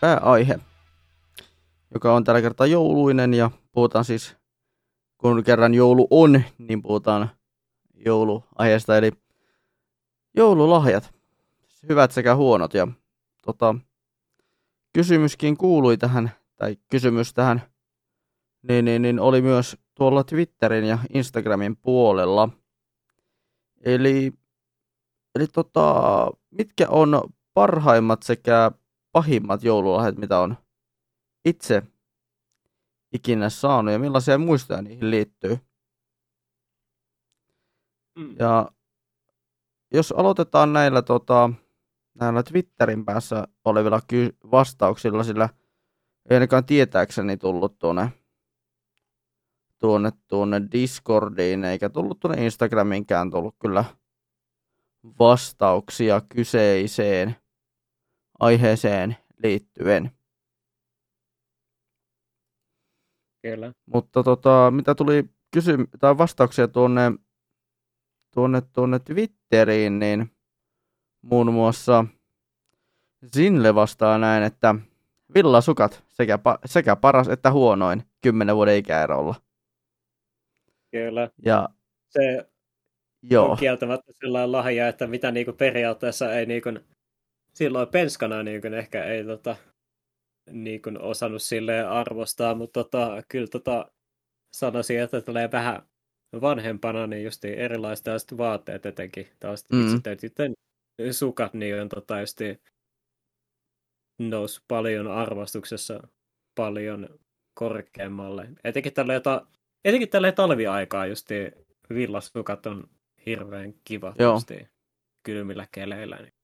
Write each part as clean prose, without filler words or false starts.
pääaihe, joka on tällä kertaa jouluinen ja puhutaan siis, kun kerran joulu on, niin puhutaan jouluaiheesta, eli joululahjat, hyvät sekä huonot. Ja kysymyskin kuului tähän, tai kysymys tähän, niin oli myös tuolla Twitterin ja Instagramin puolella. Eli mitkä on parhaimmat sekä pahimmat joululahjat, mitä on itse ikinä saanut ja millaisia muistoja niihin liittyy? Ja jos aloitetaan näillä Twitterin päässä olevilla vastauksilla, sillä ei ainakaan tietääkseni tullut tuonne Discordiin, eikä tullut tuonne Instagraminkään tullut kyllä vastauksia kyseiseen aiheeseen liittyen. Kyllä. Mutta mitä tuli vastauksia tuonne Twitteriin, niin muun muassa Zinle vastaa näin, että villasukat sekä paras että huonoin 10 vuoden ikäerolla. Kyllä. Ja se joo. On kieltämättä sellainen lahja, että mitä niinku periaatteessa ei niinku, silloin penskana niinku ehkä ei niinku osannut silleen arvostaa, mutta kyllä sanoisin, että tulee vähän vanhempana, niin just erilaiset tällaiset vaatteet etenkin, tällaiset itse sukat, niin on justi noussut paljon arvostuksessa paljon korkeammalle. Etenkin tälleen talviaikaa justi villasukat on hirveän kivat justi kylmillä keleillä. Niin.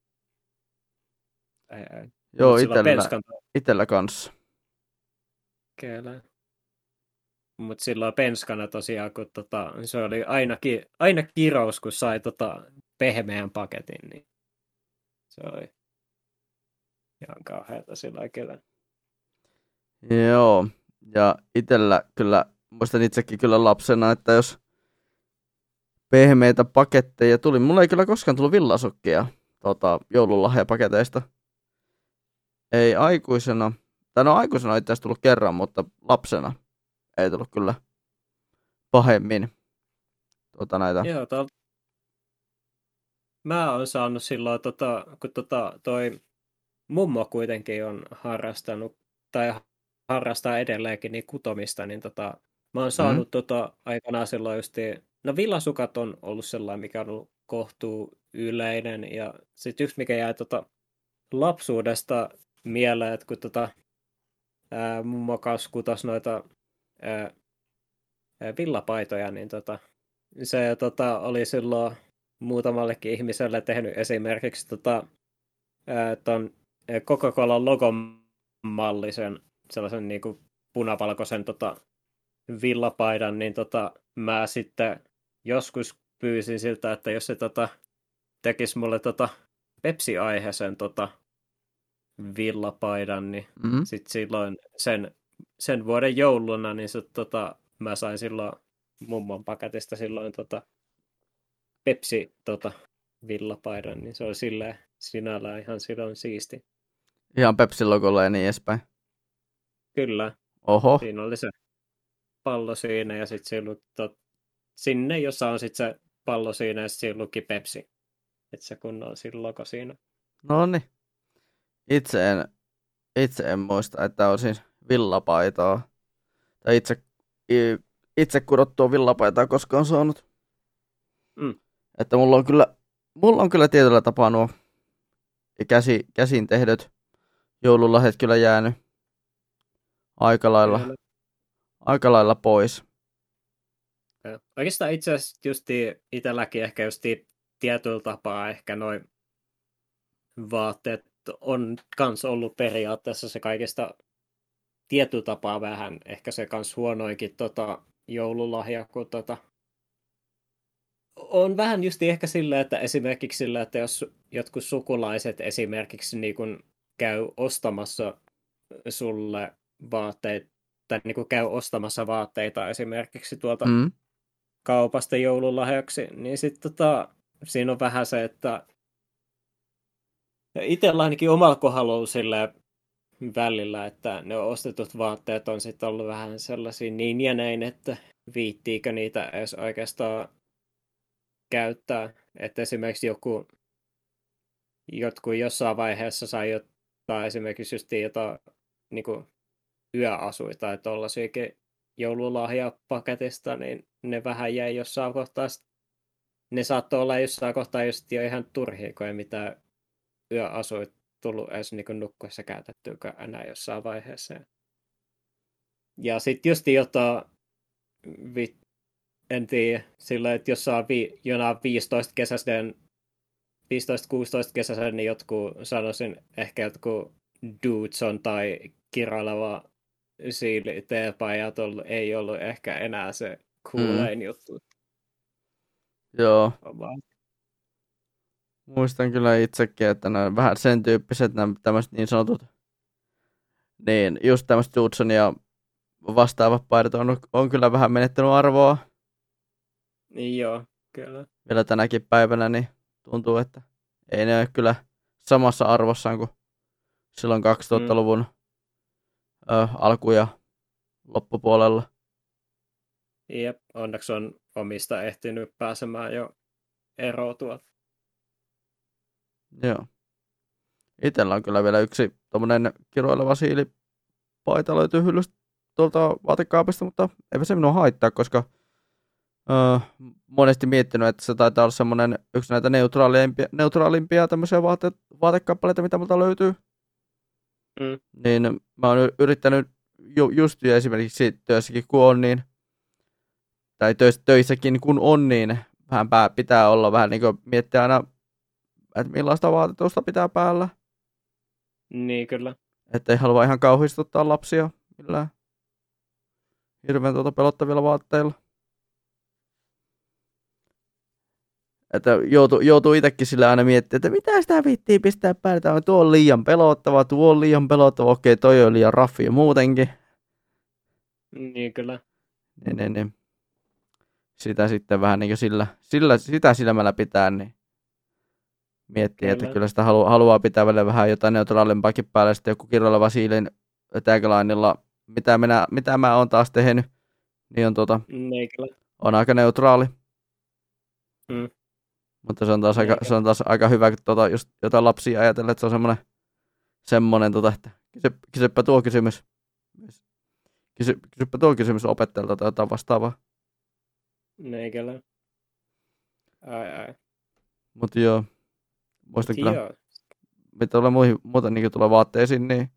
Joo, itellä kanssa. Kyllä. Mutta silloin penskana tosiaan, kun se oli aina kirous, kun sai pehmeän paketin, niin se oli ihan kauheata silloin kyllä. Joo, ja itellä kyllä, muistan itsekin kyllä lapsena, että jos pehmeitä paketteja tuli, mulla ei kyllä koskaan tullut villasukkia joululahjapaketeista. Ei aikuisena, tai no aikuisena on itse asiassa tullut kerran, mutta lapsena ei tullut kyllä pahemmin näitä. Joo, mä oon saanut silloin, kun toi mummo kuitenkin on harrastanut, tai harrastaa edelleenkin niin kutomista, niin mä oon saanut aikanaan silloin no villasukat on ollut sellainen, mikä on ollut kohtuu yleinen, ja sitten yksi, mikä jäi lapsuudesta mieleen, että kun mummo kanssa kutos noita villapaitoja, niin se oli silloin muutamallekin ihmiselle tehnyt esimerkiksi ton Coca-Colan logon mallisen sellaisen niinku punavalkoisen villapaidan, niin mä sitten joskus pyysin siltä, että jos se tekisi mulle Pepsi-aiheisen villapaidan, niin sitten silloin sen vuoden jouluna, niin se, mä sain silloin mummon paketista silloin Pepsi villapaidan, niin se oli silleen sinällään ihan silloin siisti. Ihan Pepsin logolla ja niin edespäin. Kyllä. Oho. Siinä oli se pallo siinä ja sitten sinne, jossa on sitten se pallo siinä ja sitten luki Pepsi. Että se kun on siinä logo siinä. Noniin. Itse en muista, että olisin villapaitaa. Tai itse kudottua villapaitaa koskaan saanut. Että mulla on kyllä tietyllä tapaa nuo käsin tehdyt joululahjat kyllä jäänyt aika lailla pois. Ja oikeastaan itse asiassa itselläkin ehkä tietyllä tapaa ehkä noin vaatteet on kans ollut periaatteessa se kaikista tietyllä tapaa vähän ehkä se kans huonoinkin joululahja, kun on vähän justi ehkä silleen, että esimerkiksi sillä, että jos jotkut sukulaiset esimerkiksi niin kun käy ostamassa sulle vaatteita, tai niin kun käy ostamassa vaatteita esimerkiksi tuolta kaupasta joululahjaksi, niin sitten siinä on vähän se, että itsellä ainakin omalla kohdalla on silleen välillä, että ne ostetut vaatteet on sitten ollut vähän sellaisia niin ja näin, että viittiikö niitä edes oikeastaan käyttää. Että esimerkiksi jotkut jossain vaiheessa sai jotain esimerkiksi just jotain niin kuin yöasuja tai tollaisiakin joululahjapaketista, niin ne vähän jäi jossain kohtaa. Ne saattoi olla jossain kohtaa just jo ihan turhia, kun ei mitään yöasuja tullut edes niin nukkuessa käytettyykään enää jossain vaiheessa. Ja sitten just jotain, en tiedä, sillä että jossain jonain 15-16 kesäisen, niin jotkut sanoisin ehkä jotkut Dudson tai kiroileva siili teepajat ei ollut ehkä enää se coolain juttu. Joo. Muistan kyllä itsekin, että nämä vähän sen tyyppiset nämä tämmöiset niin sanotut, niin just tämmöiset Dudson ja vastaavat paidat on kyllä vähän menettänyt arvoa. Niin joo, kyllä. Vielä tänäkin päivänä niin tuntuu, että ei ne ole kyllä samassa arvossaan kuin silloin 2000-luvun alku- ja loppupuolella. Jep, onneksi on omista ehtinyt pääsemään jo erotua. Joo. Itellä on kyllä vielä yksi tommonen kiroileva siilipaita löytyy hyllystä tuolta vaatekaapista, mutta eipä se minua haittaa, koska monesti miettinyt, että se taitaa olla semmoinen yksi näitä neutraalimpia tämmöisiä vaatekappaleita, mitä multa löytyy. Niin mä oon yrittänyt just esimerkiksi työssäkin kun on niin, tai töissäkin kun on niin, vähän pitää olla vähän niin kuin miettiä aina, että millaista vaatetusta pitää päällä. Niin kyllä. Että ei halua ihan kauhistuttaa lapsia millään hirveän pelottavilla vaatteilla. Että joutuu itsekin sillä aina miettimään, että mitä sitä viittiin pistää päälle. Tuo on liian pelottava, okei, toi on liian raffia muutenkin. Niin kyllä. Niin. Sitä sitten vähän niin kuin sitä silmällä pitää, niin miettii, että kyllä sitä haluaa pitää vähän jotain neutraalimpaakin päälle. Sitten joku kiroileva siilin taglineilla, mitä mä oon taas tehnyt, niin on aika neutraali. Mutta se on taas aika hyvä, kun just jotain lapsia ajatella, että se on semmoinen että kysyppä tuo kysymys. Kysyppä tuo kysymys opettajalta tai jotain vastaavaa. Neikälä. Ai. Mutta joo, muistan kyllä, mitä tulee muuta niin tulee vaatteisiin, niin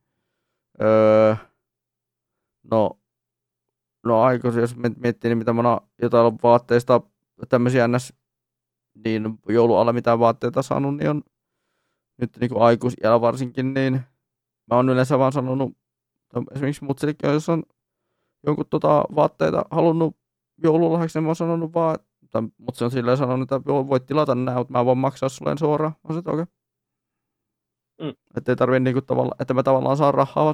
no aikoisin, jos miettii, niin mitä mä oon jotain vaatteista, tämmöisiä ns. Niin joulualla mitään vaatteita saanut, niin on nyt niin kuin aikuisiällä varsinkin, niin mä oon yleensä vaan sanonut, esimerkiksi mutselikin, jos on jonkun vaatteita halunnut joululahjaksi, niin mä oon sanonut vaan, mutta se on silleen sanonut, että voit tilata nää, mutta mä voin maksaa sulle suoraan. On se okei. Että ei tarvitse niinku että mä tavallaan saan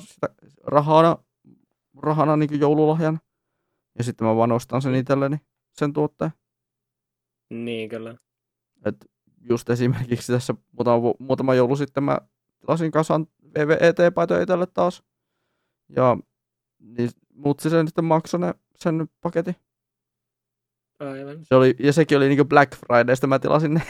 rahana niinku joululahjan. Ja sitten mä vaan ostan sen itselleni, sen tuotteen. Niin kyllä. Et just esimerkiksi tässä muutama joulu sitten mä tilasin kasan VVET-paitoja itselle taas. Ja niin mutsi sen sitten maksoi sen paketin. Aivan. Sekin oli niinku Black Fridaysta mä tilasin ne.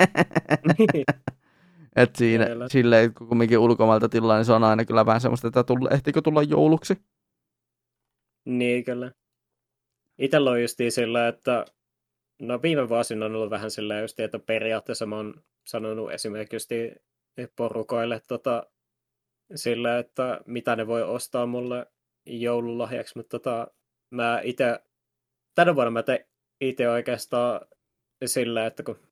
Et siinä silleen, kun kumminkin ulkomailta tilaa, niin se on aina kyllä vähän semmoista, että ehtiikö tulla jouluksi. Niin kyllä. Itellä on justiin sillä, että no viime vuosina on ollut vähän sillä just, että periaatteessa mä oon sanonut esimerkiksi porukoille sillä, että mitä ne voi ostaa mulle joululahjaksi, mutta mä itse, tänä vuonna mä tein itse oikeastaan sillä, että kun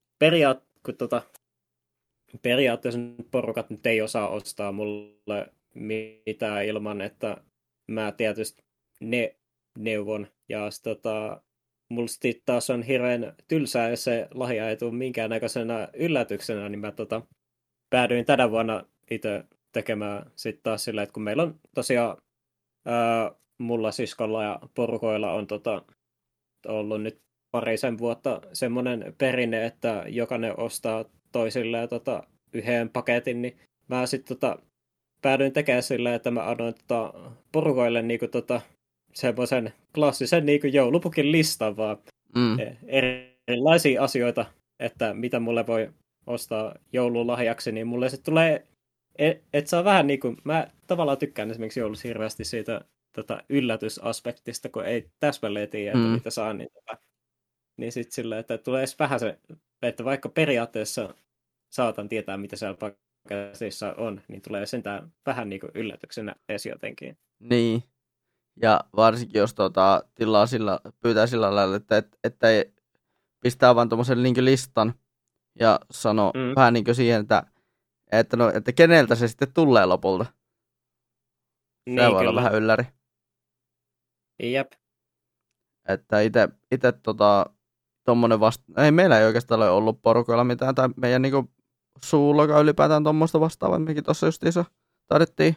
periaatteessa porukat nyt ei osaa ostaa mulle mitään ilman, että mä tietysti neuvon. Ja mulla taas on hirveän tylsää, jos se lahja ei tule minkäännäköisenä yllätyksenä, niin mä päädyin tänä vuonna itse tekemään sitten taas sillä, että kun meillä on tosiaan mulla siskolla ja porukoilla on ollut nyt parisen vuotta semmoinen perinne, että jokainen ostaa toisilleen yhden paketin, niin mä sitten päädyin tekemään silleen, että mä annoin porukoille niinku semmoisen klassisen niinku joulupukin listan vaan erilaisia asioita, että mitä mulle voi ostaa joululahjaksi, niin mulle se tulee, että se on vähän niinku, mä tavallaan tykkään esimerkiksi joulussa hirveästi siitä yllätysaspektista, kun ei täsmälleen tiedä, että mitä saa, niin sitten silleen, että tulee edes vähän se, että vaikka periaatteessa saatan tietää, mitä siellä paketissa on, niin tulee sentään vähän niinku yllätyksenä edes jotenkin. Niin. Ja varsinkin jos pyytää sillä lailla, että ei pistää vaan tuommoisen listan ja sano vähän niin kuin siihen, että keneltä se sitten tulee lopulta. Se niin, voi olla vähän ylläri. Jep. Että itse tommonen ei meillä ei oikeastaan ole ollut porukoilla mitään, tai meidän niinku suullakaan ylipäätään tommoista vastaavaa, mekin tuossa justiinsa taidettiin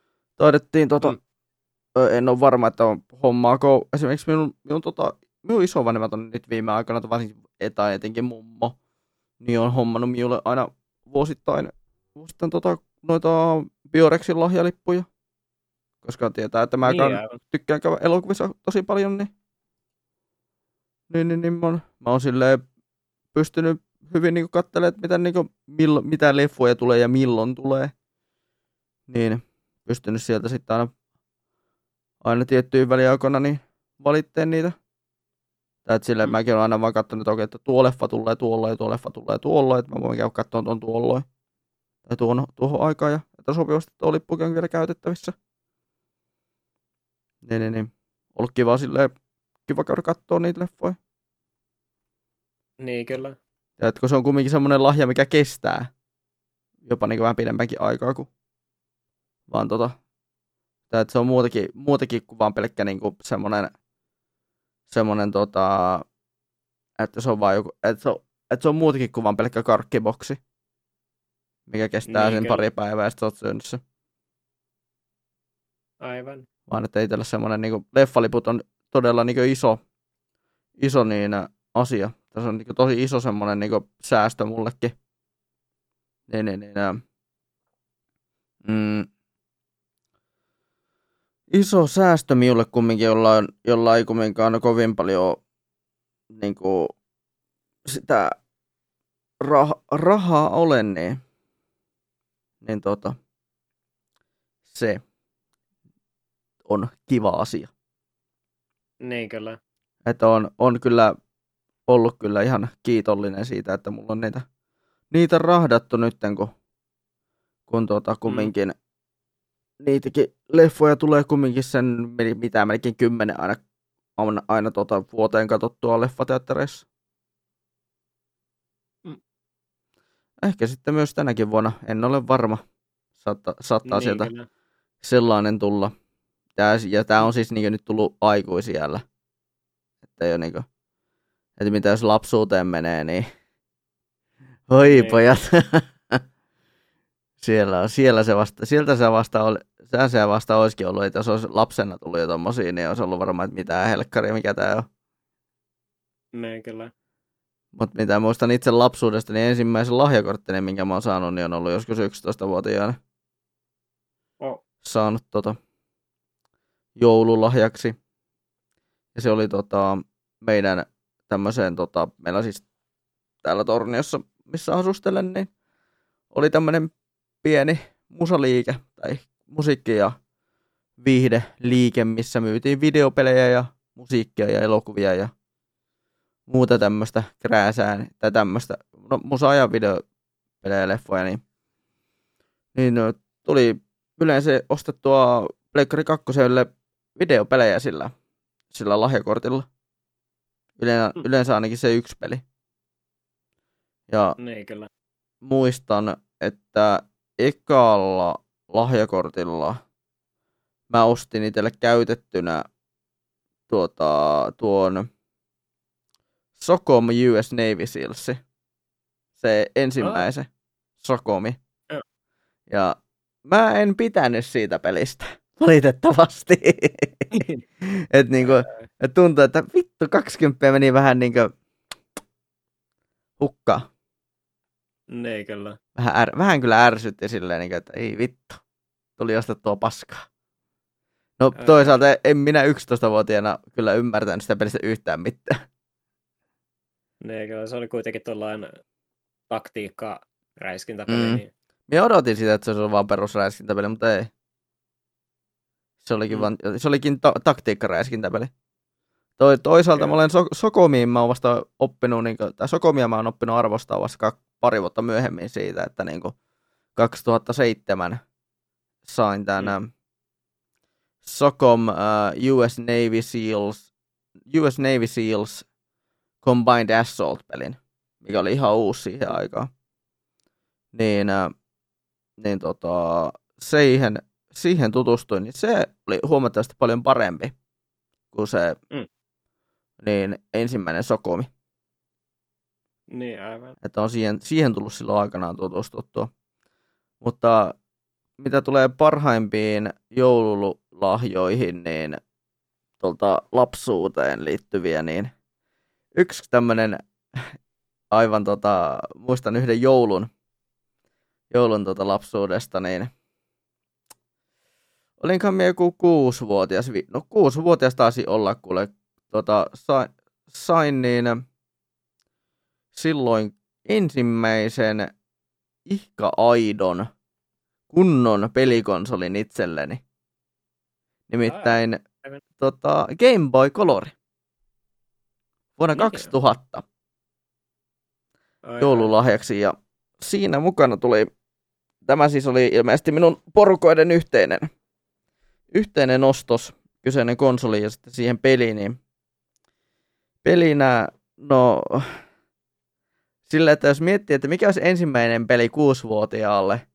en ole varma, että on hommaako esimerkiksi minun isovanhemmat on nyt viime aikoina, varsinkin etenkin mummo, niin on hommannut minulle aina vuosittain noita Biorexin lahjalippuja, koska tietää, että mä tykkään käydä elokuvissa tosi paljon, niin mä oon silleen pystynyt hyvin niinku katselemaan, että mitä leffoja tulee ja milloin tulee, niin pystynyt sieltä sitten aina tiettyyn väliaikoina niin valitteen niitä. Tai silleen mäkin olen aina vaan katsonut, että tuo leffa tulee tuolloin ja tuo leffa tulee tuolloin, että mä voin käydä katsomaan tuon tuolloin. Tai tuohon aikaan ja että sopivasti tuo lippukin on vielä käytettävissä. Niin. Ollut kiva käydä katsoa niitä leffoja. Niin, kyllä. Ja että kun se on kumminkin semmoinen lahja, mikä kestää jopa niin vähän pidempäänkin aikaa kuin vaan että se on muutakin kuin vaan pelkkä niinku semmoinen että se on vaan joku, että se on muutakin kuin vaan pelkkä karkkiboksi, mikä kestää sen pari päivää ja sitten oot syönyt se. Aivan. Vaan että itsellä semmoinen niinku leffaliput on todella niinku iso niin asia. Tässä on niinku tosi iso semmoinen niinku säästö mullekin. Iso säästö minulle kumminkin, jolla ei kumminkaan kovin paljon niinku sitä rahaa ole, niin se on kiva asia. Niin kyllä. Että on kyllä ollut kyllä ihan kiitollinen siitä, että mulla on niitä rahdattu nytten, kun kumminkin niitäkin leffoja tulee kumminkin sen, mitä melkein 10 aina vuoteen katsottua leffateattereissa. Ehkä sitten myös tänäkin vuonna, en ole varma, saattaa sieltä kyllä sellainen tulla. Ja tää on siis nyt tullut aikuisiällä. Että ei ole että mitä jos lapsuuteen menee, niin oi pojat. Sieltä se vasta olisikin ollut, että jos olisi lapsena tullut jo tommosia, niin olisi ollut varmaan, että mitään helkkaria, mikä tää on. Niin, kyllä. Mutta mitä muistan itse lapsuudesta, niin ensimmäisen lahjakorttini, minkä mä oon saanut, niin on ollut joskus 11-vuotiaana. Saanut joululahjaksi. Ja se oli meidän tämmöiseen, meillä siis täällä Torniossa, missä asustelen, niin oli tämmöinen pieni musaliike tai musiikki- ja viihdeliike, missä myytiin videopelejä ja musiikkia ja elokuvia ja muuta tämmöistä krääsää tai tämmöistä, musaa ja videopelejä ja leffoja, niin tuli yleensä ostettua Pleikkari 2 videopelejä sillä lahjakortilla. Yleensä ainakin se yksi peli. Ja niin, kyllä. Muistan, että ekalla lahjakortilla mä ostin itselle käytettynä tuon Socom US Navy Seals. Se ensimmäisen Socomi. Ja mä en pitänyt siitä pelistä, valitettavasti. Et tuntuu, että vittu 20 meni vähän hukkaan. Niin, kyllä. Vähän kyllä ärsytti silleen, että ei vittu. tuli ostettua paskaa. No toisaalta en minä 11-vuotiaana kyllä ymmärtänyt sitä pelistä yhtään mitään. Niin, kyllä se oli kuitenkin tuollainen taktiikka-räiskintäpeli. Niin. Minä odotin sitä, että se olisi vaan perusräiskintäpeli, mutta ei. Se olikin taktiikkaräiskintäpeli. Toisaalta mä olen Sokomiin mä oon vasta oppinut, tai Sokomia mä oon oppinut arvostaa vasta pari vuotta myöhemmin siitä, että 2007 sain tämän Socom US Navy Seals Combined Assault-pelin, mikä oli ihan uusi siihen aikaan. Siihen tutustuin, niin se oli huomattavasti paljon parempi kuin se ensimmäinen Sokomi. Niin, aivan. Että on siihen tullut silloin aikanaan tutustuttua. Mutta mitä tulee parhaimpiin joululahjoihin, niin lapsuuteen liittyviä, niin yksi tämmöinen aivan muistan yhden joulun lapsuudesta, niin olinkaan minä joku 6-vuotias, no 6-vuotias taisi olla, kuule, sain niin silloin ensimmäisen ihka-aidon kunnon pelikonsolin itselleni. Nimittäin Game Boy Color. Vuonna 2000 joululahjaksi, ja siinä mukana tuli, tämä siis oli ilmeisesti minun porukoiden yhteinen ostos, kyseinen konsoli ja sitten siihen peliin, niin pelinä, no sillä, että jos miettii, että mikä olisi ensimmäinen peli 6-vuotiaalle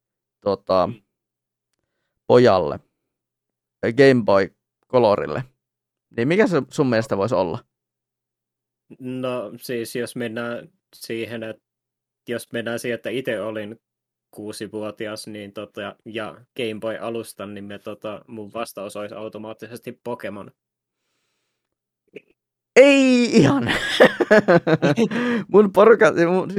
pojalle, Game Boy Colorille, niin mikä se sun mielestä voisi olla? No siis jos mennään siihen, että itse olin 6-vuotias niin ja Game Boy alustan, niin mun vastaus olisi automaattisesti Pokemon. Ei ihan. Mun porukat,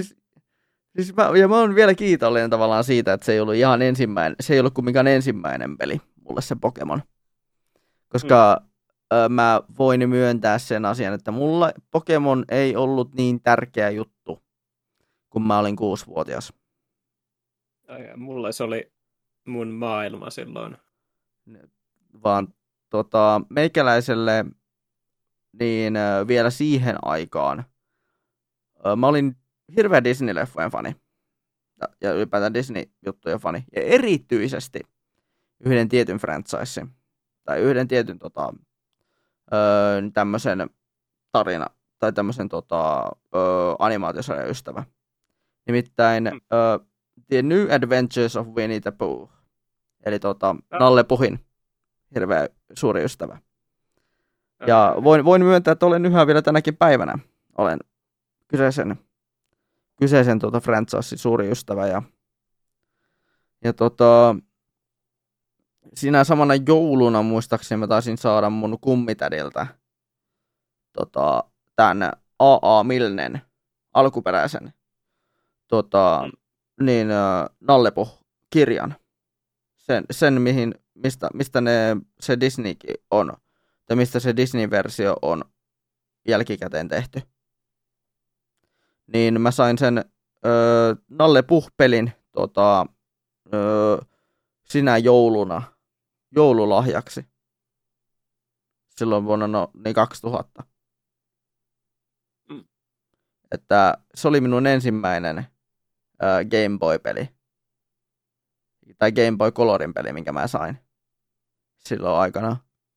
mä oon vielä kiitollinen tavallaan siitä, että se ei ollut ihan ensimmäinen, se ei ollut kumminkaan ensimmäinen peli mulle se Pokemon. Koska mä voin myöntää sen asian, että mulla Pokemon ei ollut niin tärkeä juttu, kun mä olin 6-vuotias. Mulla se oli mun maailma silloin. Vaan meikäläiselle niin vielä siihen aikaan mä olin hirveä Disney-leffojen fani. Ja ylipäätään Disney-juttujen fani. Ja erityisesti yhden tietyn franchisein. Tai yhden tietyn tämmöisen tarina. Tai tämmöisen animaatiosarjan ystävä. Nimittäin The New Adventures of Winnie the Pooh. Eli Nalle Puhin hirveä suuri ystävä. Ja voin myöntää, että olen yhä vielä tänäkin päivänä. Olen kyseisen franchisein suuri ystävä. Ja siinä samana jouluna muistaakseni mä taisin saada mun kummitädiltä tämän A.A. Milnen alkuperäisen Nalle Puh-kirjan. Sen mistä se Disneykin on. Tai mistä se Disney-versio on jälkikäteen tehty. Niin mä sain sen Nalle Puh-pelin sinä jouluna joululahjaksi. Silloin vuonna 2000. Että se oli minun ensimmäinen Game Boy-peli. Tai Game Boy Colorin peli, minkä mä sain silloin aikana.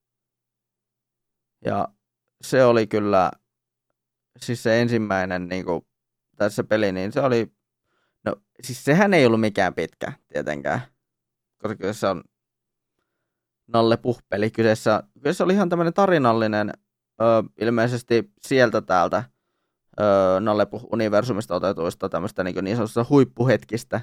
Ja se oli kyllä, siis se ensimmäinen tässä peli, niin se oli, no siis sehän ei ollut mikään pitkä tietenkään, koska se on Nalle Puh-peli. Kyseessä oli ihan tämmöinen tarinallinen, ilmeisesti sieltä täältä Nalle Puh-universumista otetuista tämmöistä niin sanotusta huippuhetkistä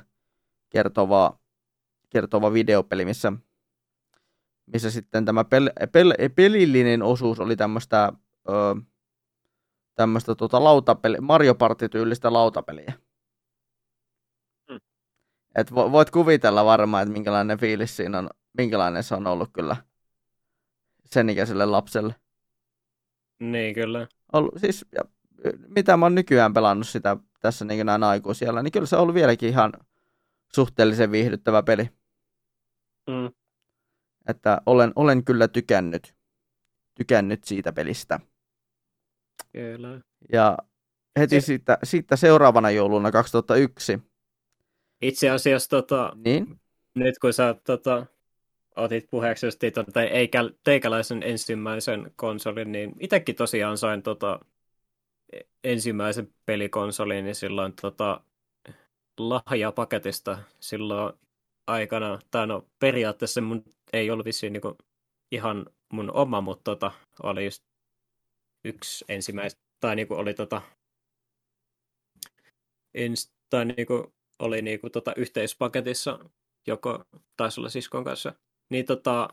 kertova videopeli, missä sitten tämä pelillinen osuus oli tämmöistä lautapeli, Mario Party-tyylistä lautapeliä. Et voit kuvitella varmaan, että minkälainen fiilis siinä on, minkälainen se on ollut kyllä sen ikäiselle lapselle. Niin, kyllä. Siis, mitä mä oon nykyään pelannut sitä tässä niin näin aikuisiellä, niin kyllä se on ollut vieläkin ihan suhteellisen viihdyttävä peli. Että olen kyllä tykännyt siitä pelistä. Kyllä. Ja heti siitä seuraavana jouluna 2001. Itse asiassa niin? Nyt kun sä otit puheeksi teikäläisen ensimmäisen konsolin, niin itsekin tosiaan sain ensimmäisen pelikonsolin niin silloin lahjapaketista silloin aikana. Tai no periaatteessa mun ei ollut vissiin niinku ihan mun oma, mutta oli just yksi ensimmäistä, tai niinku oli tai niinku oli niinku yhteispaketissa, joko taisi olla siskon kanssa. Niin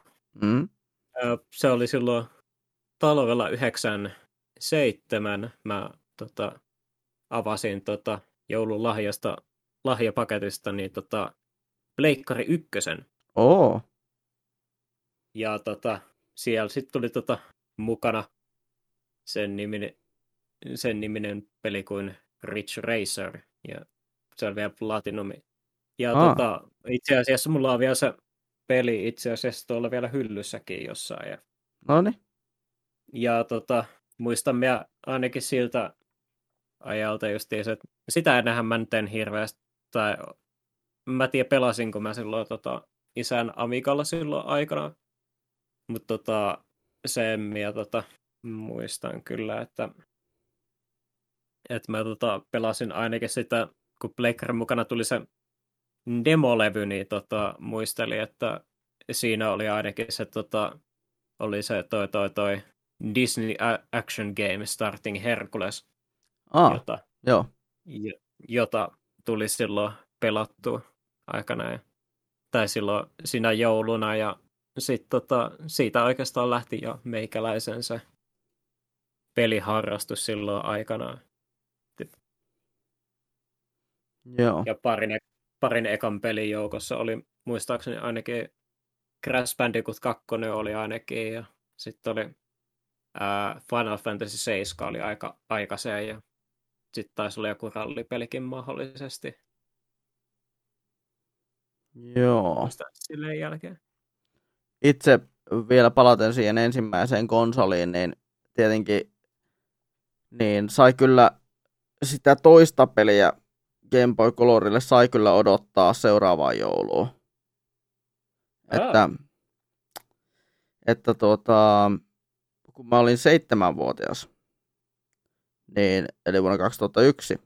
se oli silloin talvella 97. Mä avasin joulun lahjapaketista niin Pleikkari 1. Oo. Ja siellä sitten tuli mukana sen niminen peli kuin Ridge Racer. Ja se on vielä Platinumi. Ja itse asiassa mulla on vielä se peli itse asiassa tuolla vielä hyllyssäkin jossain. Noniin. Ja muistan minä ainakin siltä ajalta justiin, että sitä ennenhän mä nyt en hirveästi, tai mä tiedän pelasinko mä silloin isän Amigalla silloin aikana, mutta sen minä muistan kyllä, että mä pelasin ainakin sitä, kun Pleikkarin mukana tuli se demolevy, niin muistelin, että siinä oli ainakin se oli se toi Disney Action Game Starting Hercules, jota tuli silloin pelattua aikana, tai silloin siinä jouluna, ja sitten siitä oikeastaan lähti jo meikäläisen se peliharrastus silloin aikanaan. Joo. Ja parin ekan pelin joukossa oli muistaakseni ainakin Crash Bandicoot 2 oli ainakin, ja sitten oli Final Fantasy 7 oli aika aikaiseen, ja sitten taisi olla joku rallipelikin mahdollisesti. Joo. Silleen jälkeen. Itse vielä palaten siihen ensimmäiseen konsoliin, niin tietenkin niin sai kyllä sitä toista peliä Game Boy Colorille sai kyllä odottaa seuraavaan jouluun. Että kun mä olin 7-vuotias, niin, eli vuonna 2001,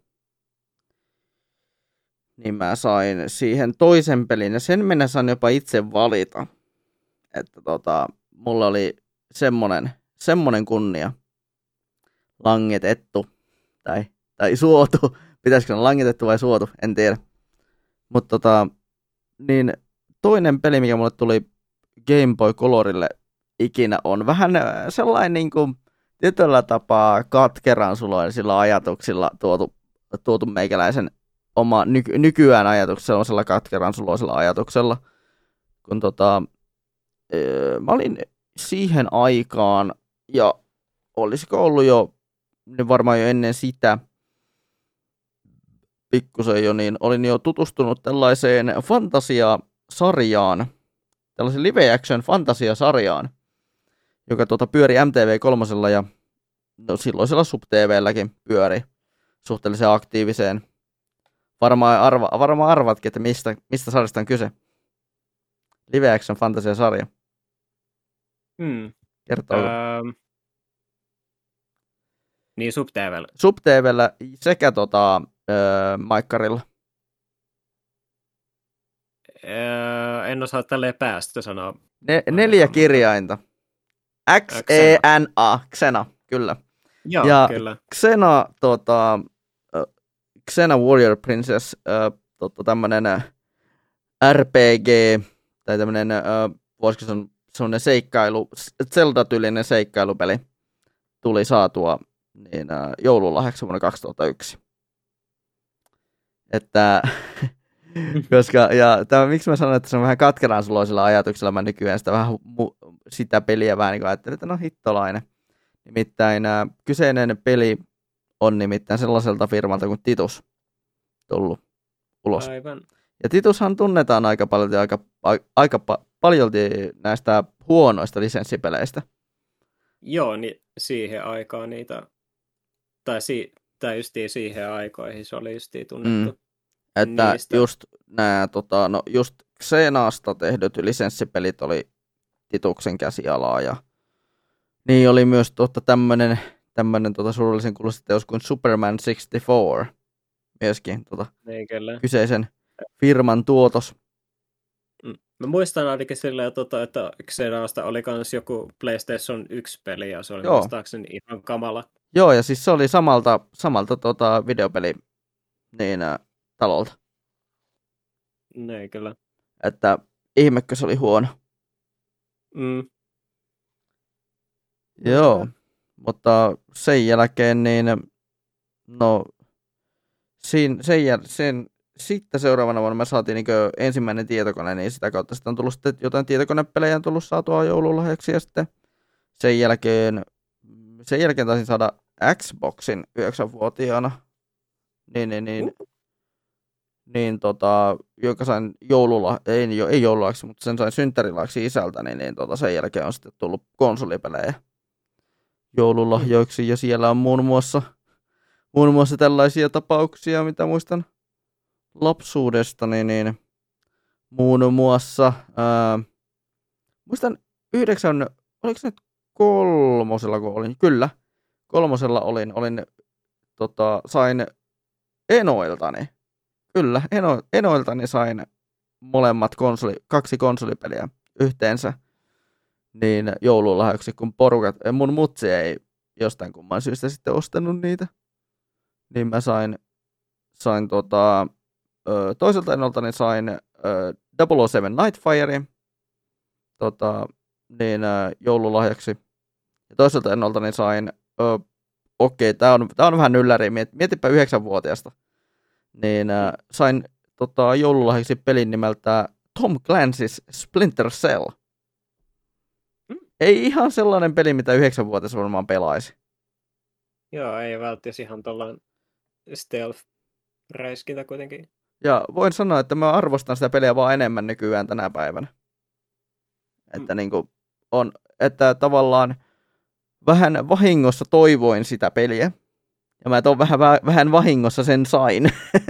niin mä sain siihen toisen pelin, ja sen minä sain jopa itse valita. Että mulla oli semmonen kunnia langetettu, tai suotu, pitäisikö olla langetettu vai suotu, en tiedä. Mutta niin toinen peli, mikä mulle tuli Game Boy Colorille ikinä, on vähän sellainen niin kuin tietyllä tapaa katkeran suloisilla ajatuksilla tuotu meikäläisen oma nykyään ajatuksia sellaisella katkeran suloisella ajatuksella. Kun mä olin siihen aikaan, ja olisiko ollut jo, niin varmaan jo ennen sitä, pikkusen jo, niin olin jo tutustunut tällaiseen fantasiasarjaan, tällaisen live-action fantasiasarjaan, joka pyöri MTV3 ja silloisella Sub-TVlläkin pyöri suhteellisen aktiiviseen. Varmaan arvatkin, että mistä sarjasta on kyse. Live-action fantasiasarja. Kertooko? Niin Sub-TVllä. Sub-TVllä sekä Maikkarilla. En osaa tälleen päästä sanoa. 4 kirjainta. Xena, Xena, kyllä. Joo, ja kyllä. Xena Warrior Princess, tämmönen RPG, tai tämmönen, voisiko se semmoinen Zelda-tyylinen seikkailupeli, tuli saatua niin, joululahjaksi vuonna 2001. Että Koska, miksi mä sanon, että se on vähän katkeran suloisella ajatuksella, mä nykyään sitä peliä vähän niin kuin ajattelin, että no hittolainen. Nimittäin kyseinen peli on nimittäin sellaiselta firmalta kuin Titus tullut ulos. Aivan. Ja Titushan tunnetaan aika paljolti näistä huonoista lisenssipeleistä. Joo, niin siihen aikaan niitä, tai justiin siihen aikoihin se oli justiin tunnettu. Että niistä. just nämä, just Xenasta tehdyt lisenssipelit oli Tituksen käsialaa ja niin oli myös tämmönen surullisen kuulosta teos kuin Superman 64 myöskin kyseisen firman tuotos. Mä muistan ainakin silleen, että Xenasta oli myös joku PlayStation 1-peli ja se oli muistaakseni ihan kamala. Joo, ja siis se oli samalta videopeli talolta. Niin, kyllä. Että ihmekö se oli huono. Joo, mutta sen jälkeen sitten seuraavana vuonna me saatiin ensimmäinen tietokone, niin sitä kautta sitten on tullut sitten jotain tietokonepelejä on tullut saatua joululahjaksi ja sitten sen jälkeen taisin saada Xboxin 9-vuotiaana, joka sain ei joululahjaksi, mutta sen sain synttärilahjaksi isältä, sen jälkeen on sitten tullut konsolipelejä joululahjoiksi ja siellä on muun muassa tällaisia tapauksia, mitä muistan lapsuudesta, muun muassa muistan oliko se nyt 3, kun olin? Kyllä, 3 olin sain Enoiltani. Kyllä, Enoiltani sain molemmat 2 konsolipeliä yhteensä joululahjaksi, kun porukat, mun mutsi ei jostain kumman syystä sitten ostanut niitä, niin mä sain toiselta Enoltani sain 007 Nightfire joululahjaksi. Ja toiselta Enoltani sain, tää on vähän ylläri, mietipä 9-vuotiaasta. Sain joululahjaksi pelin nimeltä Tom Clancy's Splinter Cell. Ei ihan sellainen peli, mitä 9-vuotias varmaan pelaisi. Joo, ei välttämättä ihan tuollainen stealth-räiskintä kuitenkin. Ja voin sanoa, että mä arvostan sitä peliä vaan enemmän nykyään tänä päivänä. Että että tavallaan vähän vahingossa toivoin sitä peliä. Ja mä vähän vahingossa sen sain.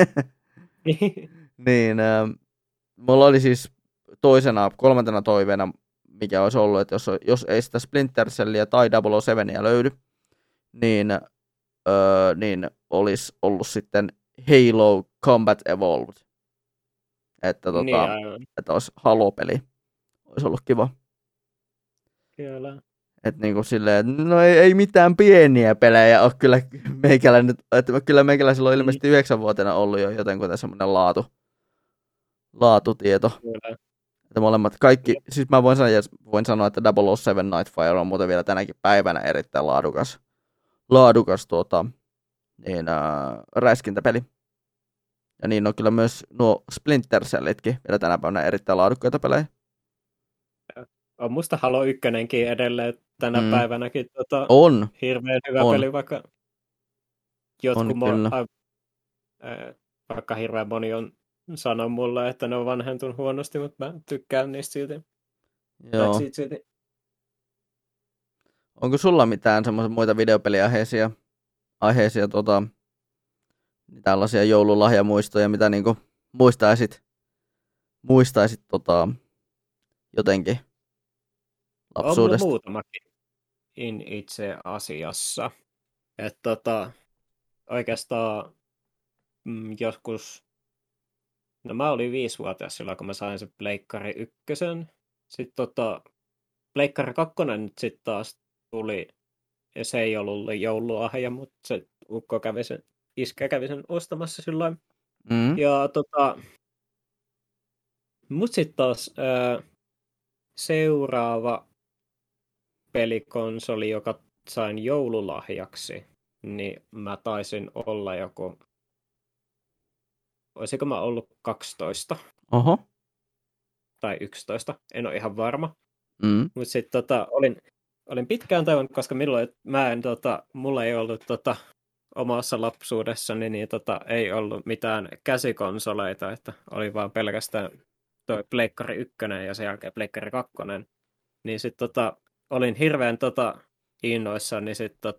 Mulla oli siis kolmantena toiveena, mikä olisi ollut, että jos ei sitä Splinter Cellia tai 007 löydy, niin olisi ollut sitten Halo Combat Evolved. Että, että olisi Halo-peli. Olisi ollut kiva. Kyllä. Että silleen, no ei mitään pieniä pelejä ole kyllä meikäläinen, että kyllä meikäläisellä on ilmeisesti 9-vuotiaana ollut jo jotenkin semmoinen laatutieto. Kyllä. Että molemmat kaikki, siis mä voin sanoa, että 007 Nightfire on muuten vielä tänäkin päivänä erittäin laadukas räiskintäpeli. Ja niin on kyllä myös nuo Splinter Cellitkin vielä tänä päivänä erittäin laadukkaita pelejä. On musta Halo 1:nkin edelleen tänä päivänäkin on hirveän hyvä peli, vaikka vaikka hirveän moni on sanonut mulle, että ne on vanhentunut huonosti, mutta mä tykkään niistä silti. Joo. Silti. Onko sulla mitään semmoisia muita videopeliaiheisia tällaisia joululahjamuistoja, mitä niinku muistaisit jotenkin lapsuudesta? On muutamakin itse asiassa. Että oikeastaan joskus, no mä olin 5-vuotias silloin, kun mä sain sen Pleikkari 1. Sitten Pleikkari 2 nyt sitten taas tuli, ja se ei ollut joululahja, mutta se iskä kävi sen ostamassa silloin. Ja mut sitten taas seuraava pelikonsoli, joka sain joululahjaksi, niin mä taisin olla joku olisiko mä ollut 12 Oho. tai 11, en ole ihan varma. Mm. Mutta sitten olin pitkään tajunnut, koska mulla ei ollut omassa lapsuudessani, niin ei ollut mitään käsikonsoleita, että oli vaan pelkästään toi Pleikkari 1 ja sen jälkeen Pleikkari 2. Niin sitten olin hirveän innoissani, niin sitten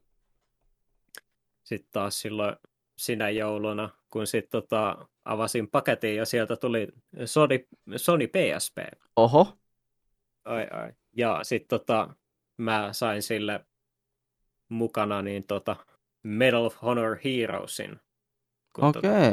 sit taas silloin sinä jouluna, kun sitten avasin paketin ja sieltä tuli Sony PSP. Oho. Ai. Ja sitten mä sain sille mukana niin Medal of Honor Heroesin. Okei.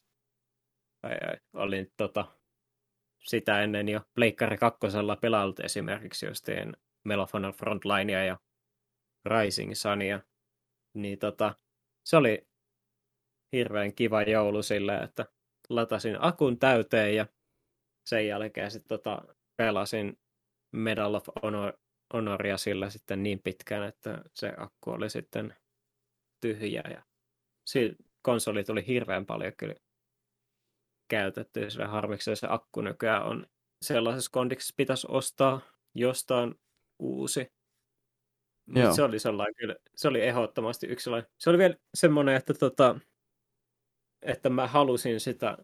Olin sitä ennen jo Pleikkari 2 pelaillut esimerkiksi justiin Medal of Honor Frontlinea ja Rising Sunia. Niin se oli hirveän kiva joulu silleen, että latasin akun täyteen ja sen jälkeen sitten pelasin Medal of Honoria sillä sitten niin pitkään, että se akku oli sitten tyhjä ja konsoli tuli hirveän paljon kyllä käytettyä, sillä harmikseen se akku nykyään on sellaisessa kondiksessa, pitäisi ostaa jostain uusi. Mutta se oli sellainen kyllä, se oli ehdottomasti yksi sellainen. Se oli vielä semmoinen, että mä halusin sitä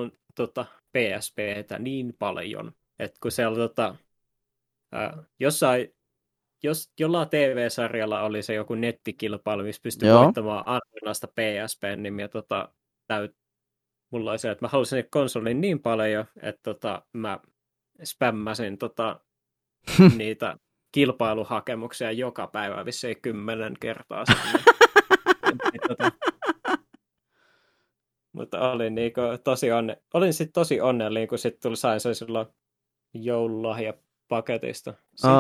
PSPtä niin paljon, että kun siellä jos jollain TV-sarjalla oli se joku nettikilpailu, missä pystyi voittamaan Annasta PSPn, niin mulla oli se, että mä halusin konsolin niin paljon, että mä spämmäsin niitä kilpailuhakemuksia joka päivä vissiin 10 kertaa. Mutta olin tosi onnellinen, kun sitten sain se silloin joululahjapaketista.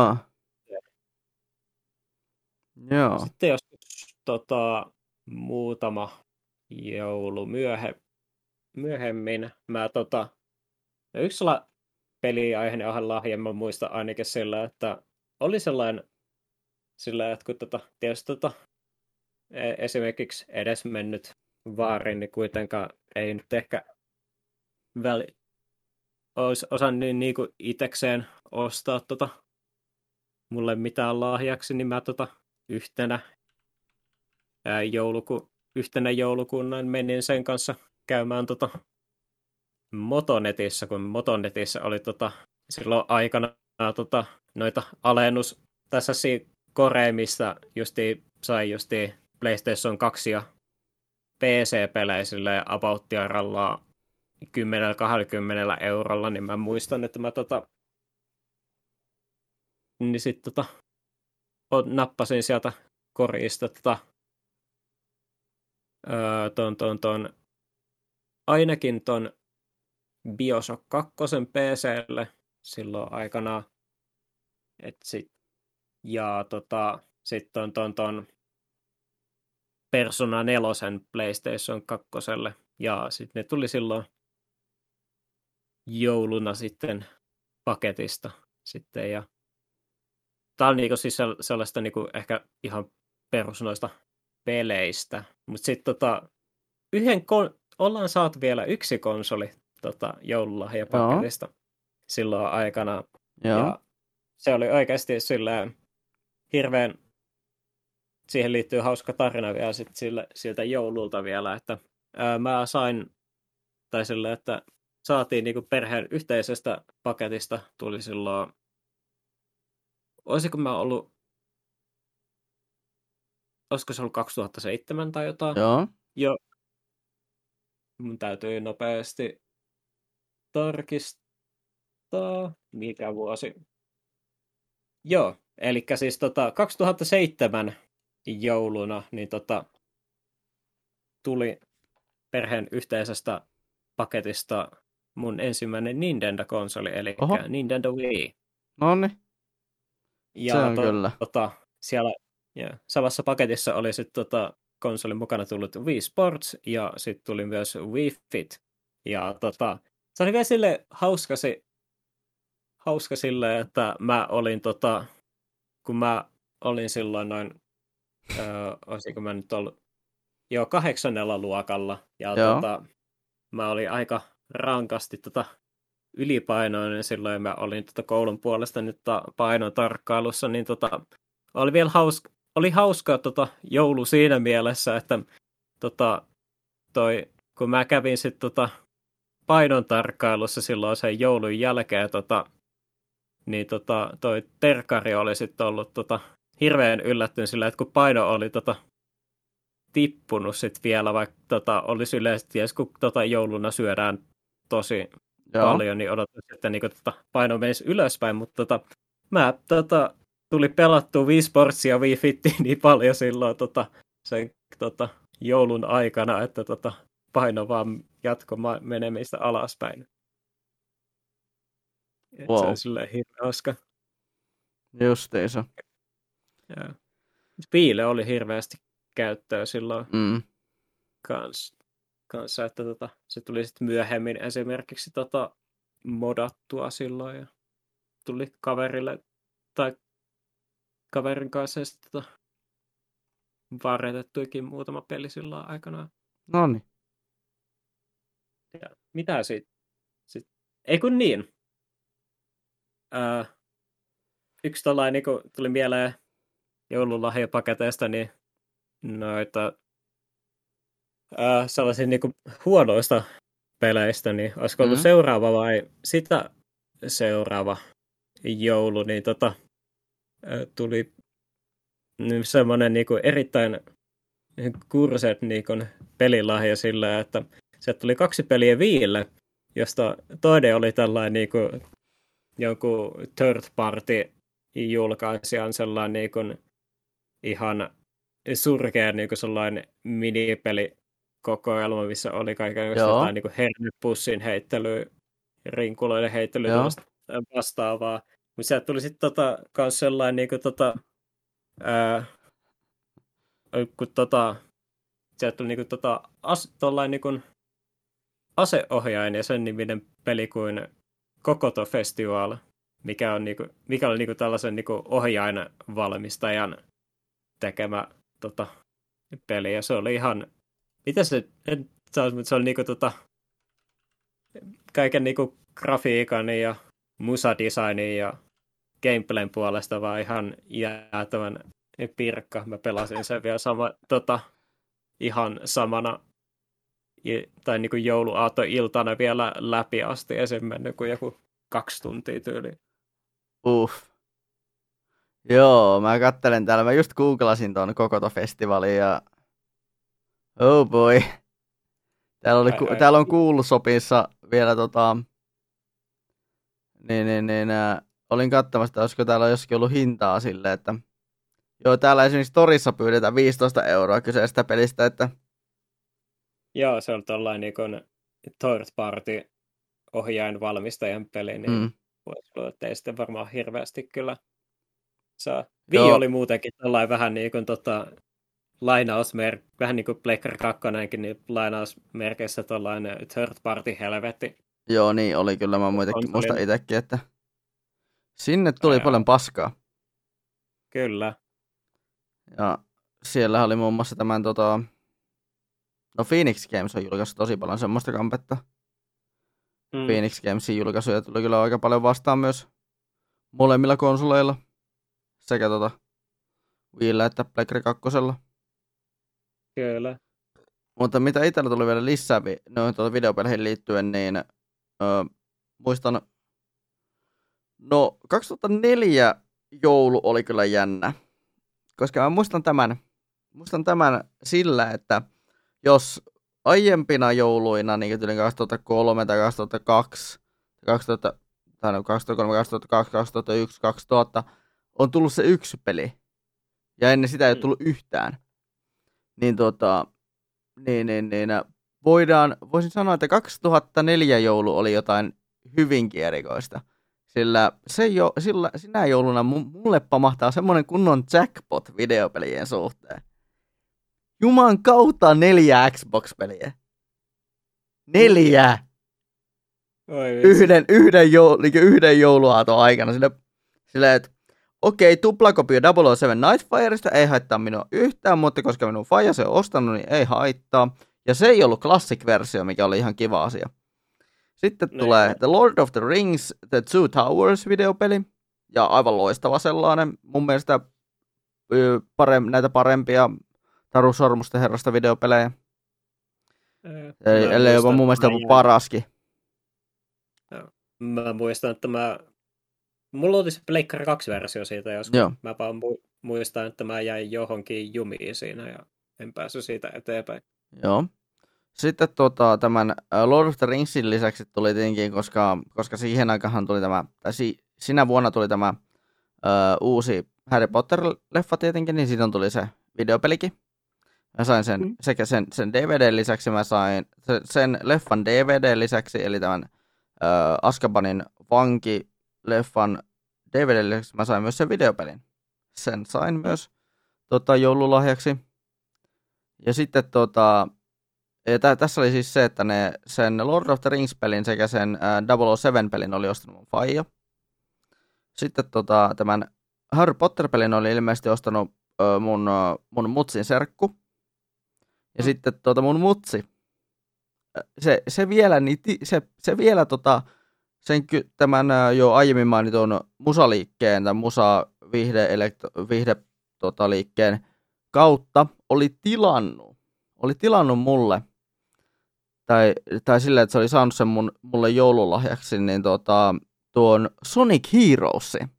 Joo. Sitten joskus muutama joulu myöhemmin mä yksi peliaiheinen lahja mä muistan ainakin sillä, että oli sellainen että kun tietysti esimerkiksi edesmennyt vaari, niin kuitenkaan ei nyt ehkä olisi osannut niinku itekseen ostaa mulle mitään lahjaksi, niin mä yhtenä joulukuuna menin sen kanssa käymään Motonetissä, kun Motonetissä oli silloin aikana noita alennus tässä Korea, missä sai PlayStation 2 ja PC-pelejä silleen abouttia rallaa 10-20 eurolla, niin mä muistan, että mä niin sit nappasin sieltä Koreasta ainakin ton Bioshock 2 PC:lle silloin aikanaan. Ja sitten ton Persona 4 PlayStation 2. Ja sitten ne tuli silloin jouluna sitten paketista sitten. Ja tää on niinku siis sellaista niinku ehkä ihan perusnoista peleistä. Mutta sitten ollaan saatu vielä yksi konsoli joululahjapaketista silloin aikana. Ja se oli oikeasti silleen hirveän, siihen liittyy hauska tarina vielä siltä joululta vielä, että mä sain, tai silleen, että saatiin niinku perheen yhteisestä paketista, tuli silloin, olisiko se ollut 2007 tai jotain? Joo. Mun täytyy nopeasti tarkistaa, mikä vuosi. Joo, eli siis 2007 jouluna niin tuli perheen yhteisestä paketista mun ensimmäinen Nintendo-konsoli, eli Nintendo Wii. Noniin. Ja se on kyllä. Siellä samassa paketissa oli sitten konsolin mukana tullut Wii Sports ja sitten tuli myös Wii Fit. Ja se oli vielä sille hauska sille, että mä olin kun mä olin silloin noin olisiko mä nyt ollut 8. luokalla ja mä olin aika rankasti ylipainoinen silloin, ja mä olin koulun puolesta nyt painotarkkailussa, niin oli vielä oli hauskaa joulu siinä mielessä, että kun mä kävin sitten painon tarkkailussa silloin sen joulun jälkeen, niin toi terkkari oli sitten ollut hirveän yllättynyt sillä, että kun paino oli tippunut sitten vielä, vaikka olisi yleisesti, kun jouluna syödään tosi paljon, niin odotin, että niin paino menisi ylöspäin, mutta mä tuli pelattua 5 portsia Wii Fittiä niin paljon silloin sen joulun aikana, että paino vaan jatko menemistä alaspäin. Wow. Se on silleen hirveän hauska. Justiinsa. Piile oli hirveästi käyttöä silloin kanssa, että se tuli sitten myöhemmin esimerkiksi modattua silloin ja tuli kaverille tai kaverin kanssa sitten varretettuikin muutama peli silloin aikanaan. Noniin. Ja mitä sitten? Ei kun niin. Yksi tollain niin tuli mieleen joululahjapaketeista, niin noita sellaisia niin huonoista peleistä, niin olisiko ollut seuraava vai sitä seuraava joulu, niin tuli semmoinen niin erittäin kurset niin pelilahja sillä, että sieltä tuli 2 peliä Wiille, josta toinen oli tällainen niin jonkun third party julkaisijan sellainen niin kuin ihan surkea niin kuin sellainen minipelikokoelma, missä oli kaikenlaista niin kuin hernepussin heittelyä, rinkuloiden heittelyä vastaavaa. Mutta sieltä tuli sitten kans sellainen niin kuin sieltä tuli niin kuin tollainen niin kuin aseohjaajan ja sen niminen peli kuin Kokoto Festival, mikä oli niinku tällaisen niinku ohjainvalmistajan tekemä peli, ja se oli ihan, mitä se oli niinku kaiken niinku grafiikan ja musadesignin ja gameplayn puolesta vaan ihan jäätävän pirkka. Mä pelasin sen vielä ihan samana tai niin kuin jouluaattoiltana vielä läpi asti, esim. Mennyt kuin joku 2 tuntia tyyliin. Joo, mä kattelen täällä, mä just googlasin tuon Kokoto-festivaalin ja oh boy. Täällä on Kuulusopissa vielä olin katsomassa, että olisiko täällä jossakin ollut hintaa silleen, että joo, täällä esimerkiksi Torissa pyydetään 15 € kyseistä pelistä, että joo, se on tollain niin kuin third party ohjainvalmistajan peli, niin voisi luulla, että ei sitten varmaan hirveästi kyllä saa. Wii oli muutenkin tollain vähän niin kuin vähän niin kuin Pleikkari 2, niin lainausmerkeissä tollainen third party helvetti. Joo, niin oli kyllä, mä muistan itsekin, että sinne tuli paljon paskaa. Kyllä. Ja siellä oli muun muassa tämän Phoenix Games on julkaissut tosi paljon semmoista kampetta. Phoenix Gamesin julkaisuja tuli kyllä aika paljon vastaan myös molemmilla konsoleilla. Sekä Wiillä että Pleikkari 2. Kyllä. Mutta mitä itsellä tuli vielä lisää videopeleihin liittyen, niin muistan, 2004 joulu oli kyllä jännä. Koska mä muistan tämän sillä, että jos aiempina jouluina, niin kuin 2003 tai 2002, 2003, 2002, 2001, 2000, on tullut se 1 peli. Ja ennen sitä ei ole tullut yhtään. Niin voisin sanoa, että 2004 joulu oli jotain hyvinkin erikoista. Sillä sinä jouluna mulle pamahtaa semmoinen kunnon jackpot videopelien suhteen. Juman kautta 4 Xbox-peliä. 4! Yhden jouluaaton aikana. Sillä että okei, tuplakopio 007 Nightfireista ei haittaa minua yhtään, mutta koska minun faija se on ostanut, niin ei haittaa. Ja se ei ollut classic-versio, mikä oli ihan kiva asia. Sitten tulee The Lord of the Rings, The Two Towers videopeli. Ja aivan loistava sellainen. Mun mielestä näitä parempia Taru Sormusten herrasta videopelejä. Ellei jopa mun mielestä jopa paraskin. Mä muistan, että mulla oli se Pleikkari 2-versio siitä joskus. Mä vaan muistan, että mä jäin johonkin jumiin siinä ja en päässyt siitä eteenpäin. Joo. Sitten tämän Lord of the Ringsin lisäksi tuli tietenkin, koska siihen aikaan tuli tämä, tai sinä vuonna tuli tämä uusi Harry Potter-leffa tietenkin, niin siitä tuli se videopelikin. Mä sain sen DVD lisäksi, mä sain sen leffan DVD lisäksi, eli tämän Azkabanin vankileffan DVD lisäksi mä sain myös sen videopelin. Sen sain myös joululahjaksi. Ja sitten tässä oli siis se, että sen Lord of the Rings-pelin sekä sen 007-pelin oli ostanut mun faija. Sitten tämän Harry Potter-pelin oli ilmeisesti ostanut mun mutsin serkku. Ja sitten mun mutsi, se vielä tämän jo aiemmin mainitun musaliikkeen, tämän liikkeen kautta oli tilannut mulle, tai silleen, että se oli saanut sen mulle joululahjaksi, niin tuon Sonic Heroesin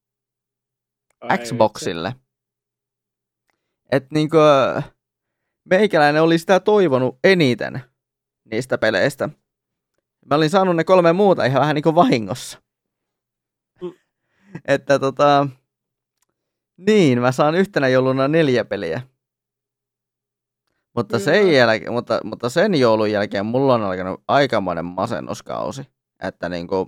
Xboxille. Että niinku meikäläinen oli sitä toivonut eniten niistä peleistä. Mä olin saanut ne 3 muuta ihan vähän niinku vahingossa. Että niin, mä saan yhtenä jouluna 4 peliä. Mutta sen joulun jälkeen mulla on alkanut aikamoinen masennuskausi. Että niinku,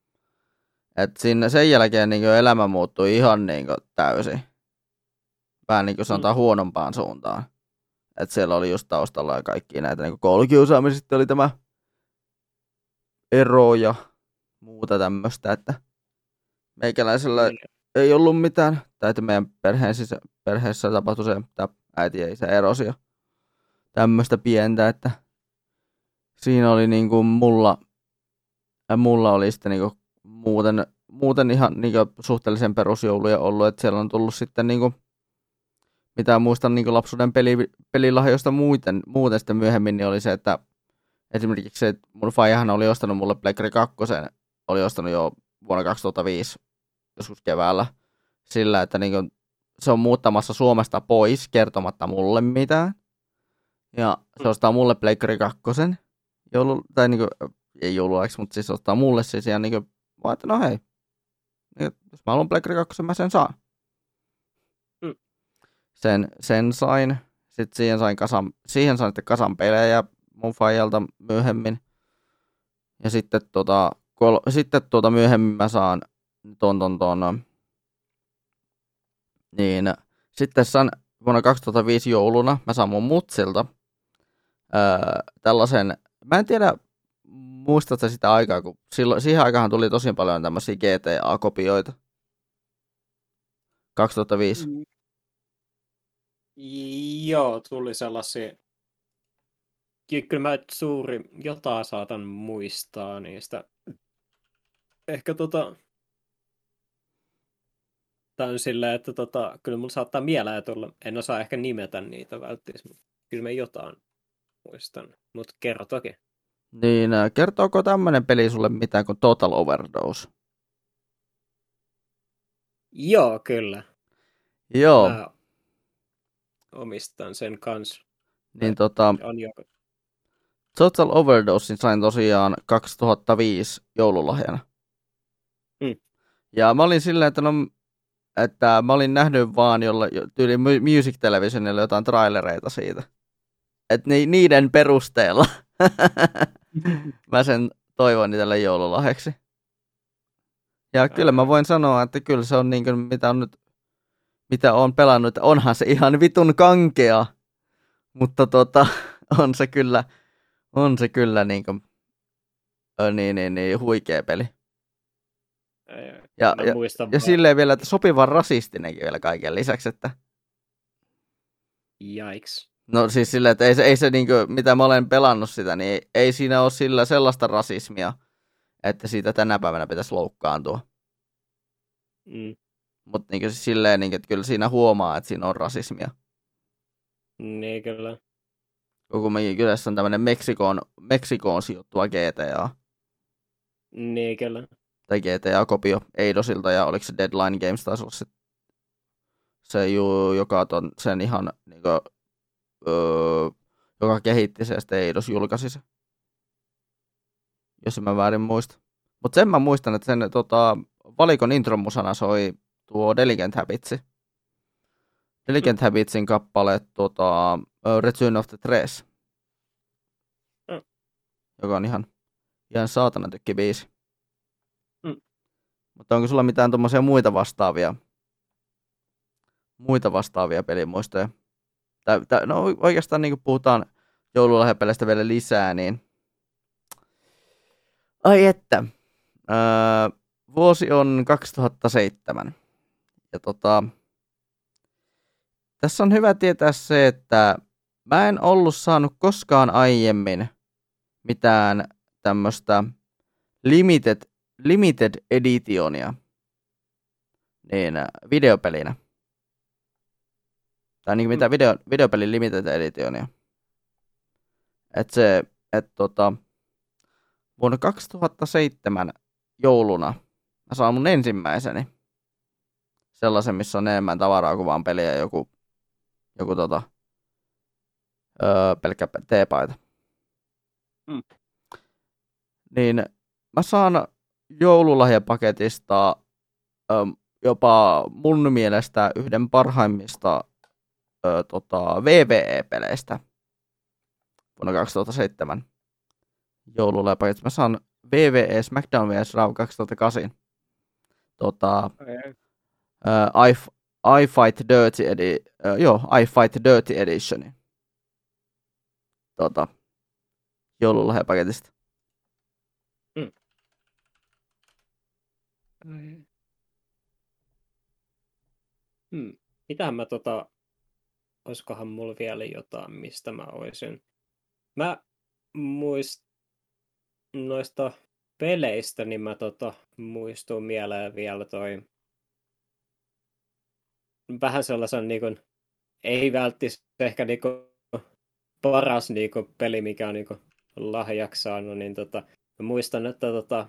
sen jälkeen niinku elämä muuttui ihan niinku täysin. Vähän niinku sanotaan huonompaan suuntaan. Että siellä oli just taustalla ja kaikki näitä niinku koulukiusaamisia. Sitten oli tämä ero ja muuta tämmöistä, että meikäläisellä ei ollut mitään. Tai että meidän perheessä tapahtui se, että äiti ja isä erosi ja tämmöistä pientä, että siinä oli niinku mulla oli sitten niinku muuten ihan niinku suhteellisen perusjouluja ollut, että siellä on tullut sitten niinku, mitä muistan niinku lapsuuden pelilahjoista muuten sitten myöhemmin, niin oli se, että esimerkiksi se, että mun faijahan oli ostanut mulle Pleikkari 2, oli ostanut jo vuonna 2005, joskus keväällä, sillä, että niinku, se on muuttamassa Suomesta pois kertomatta mulle mitään. Ja se ostaa mulle Pleikkari 2, tai niinku, ei joululaiksi, mutta siis ostaa mulle siis, ja niinku, vaan että no hei, jos mä haluan Pleikkari 2, mä sen saan. Sen sain, sitten siihen sain sitten kasan pelejä mun faijalta myöhemmin. Ja sitten myöhemmin mä saan niin sitten vuonna 2005 jouluna mä saan mun mutsilta tällaisen, mä en tiedä muistatko sitä aikaa, kun siihen aikaan tuli tosi paljon tämmöisiä GTA-kopioita. 2005. Joo, tuli sellaisia. Kyllä mä jotain saatan muistaa niistä. Ehkä tää on silleen, että kyllä mulla saattaa mieleen tulla. En osaa ehkä nimetä niitä välttämättä, mutta kyllä mä jotain muistan. Mutta kerro toki. Niin, kertooko tämmönen peli sulle mitään kuin Total Overdose? Joo, kyllä. Joo. Mä omistan sen kanssa. Niin Total Overdosein sain tosiaan 2005 joululahjana. Ja mä olin silleen, että mä olin nähnyt vaan tyyli Music Televisionilla jotain trailereita siitä. Että niiden perusteella mä sen toivon itselle joululahjaksi. Ja kyllä mä voin sanoa, että kyllä se on niin kuin, mitä on pelannut, onhan se ihan vitun kankea, mutta on se kyllä niin huikea peli. Ja silleen vielä, että sopivan rasistinenkin vielä kaiken lisäksi, että Yikes. No siis sillä, että ei se niinku, mitä mä olen pelannut sitä, niin ei siinä ole sillä sellaista rasismia, että siitä tänä päivänä pitäisi loukkaantua. Mutta niinku silleen, niinku, että kyllä siinä huomaa, että siinä on rasismia. Niin kyllä. Kumminkin kyseessä on tämmöinen Meksikoon sijoittuva GTA. Niin kyllä. Tai GTA-kopio Eidosilta, ja oliko se Deadline Games taisi olla se joka on sen ihan niinku, joka kehitti se, ja sitten Eidos julkaisi se. Jos mä väärin muista. Mutta sen mä muistan, että sen valikon intron musana soi tuo Delicant Habits. Delicant Habitsin kappale Return of the Tres. Joka on ihan saatana tykki biisi. Mutta onko sulla mitään tommosia muita vastaavia pelimuistoja? No oikeastaan niin kuin puhutaan joululahjapeleistä vielä lisää, niin ai että. Vuosi on 2007. Ja tässä on hyvä tietää se, että mä en ollut saanut koskaan aiemmin mitään tämmöistä limited editionia niin videopelinä. Tai niin mitä videopelin limited editionia. Vuonna 2007 jouluna mä saan mun ensimmäiseni sellaisen, missä on enemmän tavaraa kuin vaan peliä ja joku pelkkä teepaita. Niin mä saan joululahjapaketista jopa mun mielestä yhden parhaimmista VVE-peleistä vuonna 2007 joululahjapaketista. Mä saan VVE SmackDown vs. Raw 2008 I Fight Dirty Edition joululahjapaketista. Mitähän mä olisikohan mulla vielä jotain, mistä mä olisin. Mä muistan noista peleistä, niin mä muistun mieleen vielä toi vähän sellaisen niinku, ei välttis ehkä niinku paras niinku peli, mikä on niinku lahjaksi saanut, niin mä muistan, että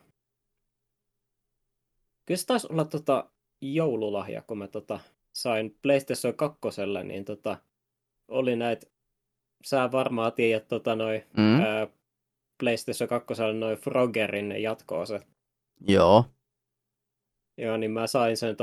kyllä se taisi olla joululahja, kun mä sain PlayStation 2, niin oli näitä, sä varmaan tiedät PlayStation 2 noin Froggerin jatko-osat. Joo. Joo, niin mä sain sen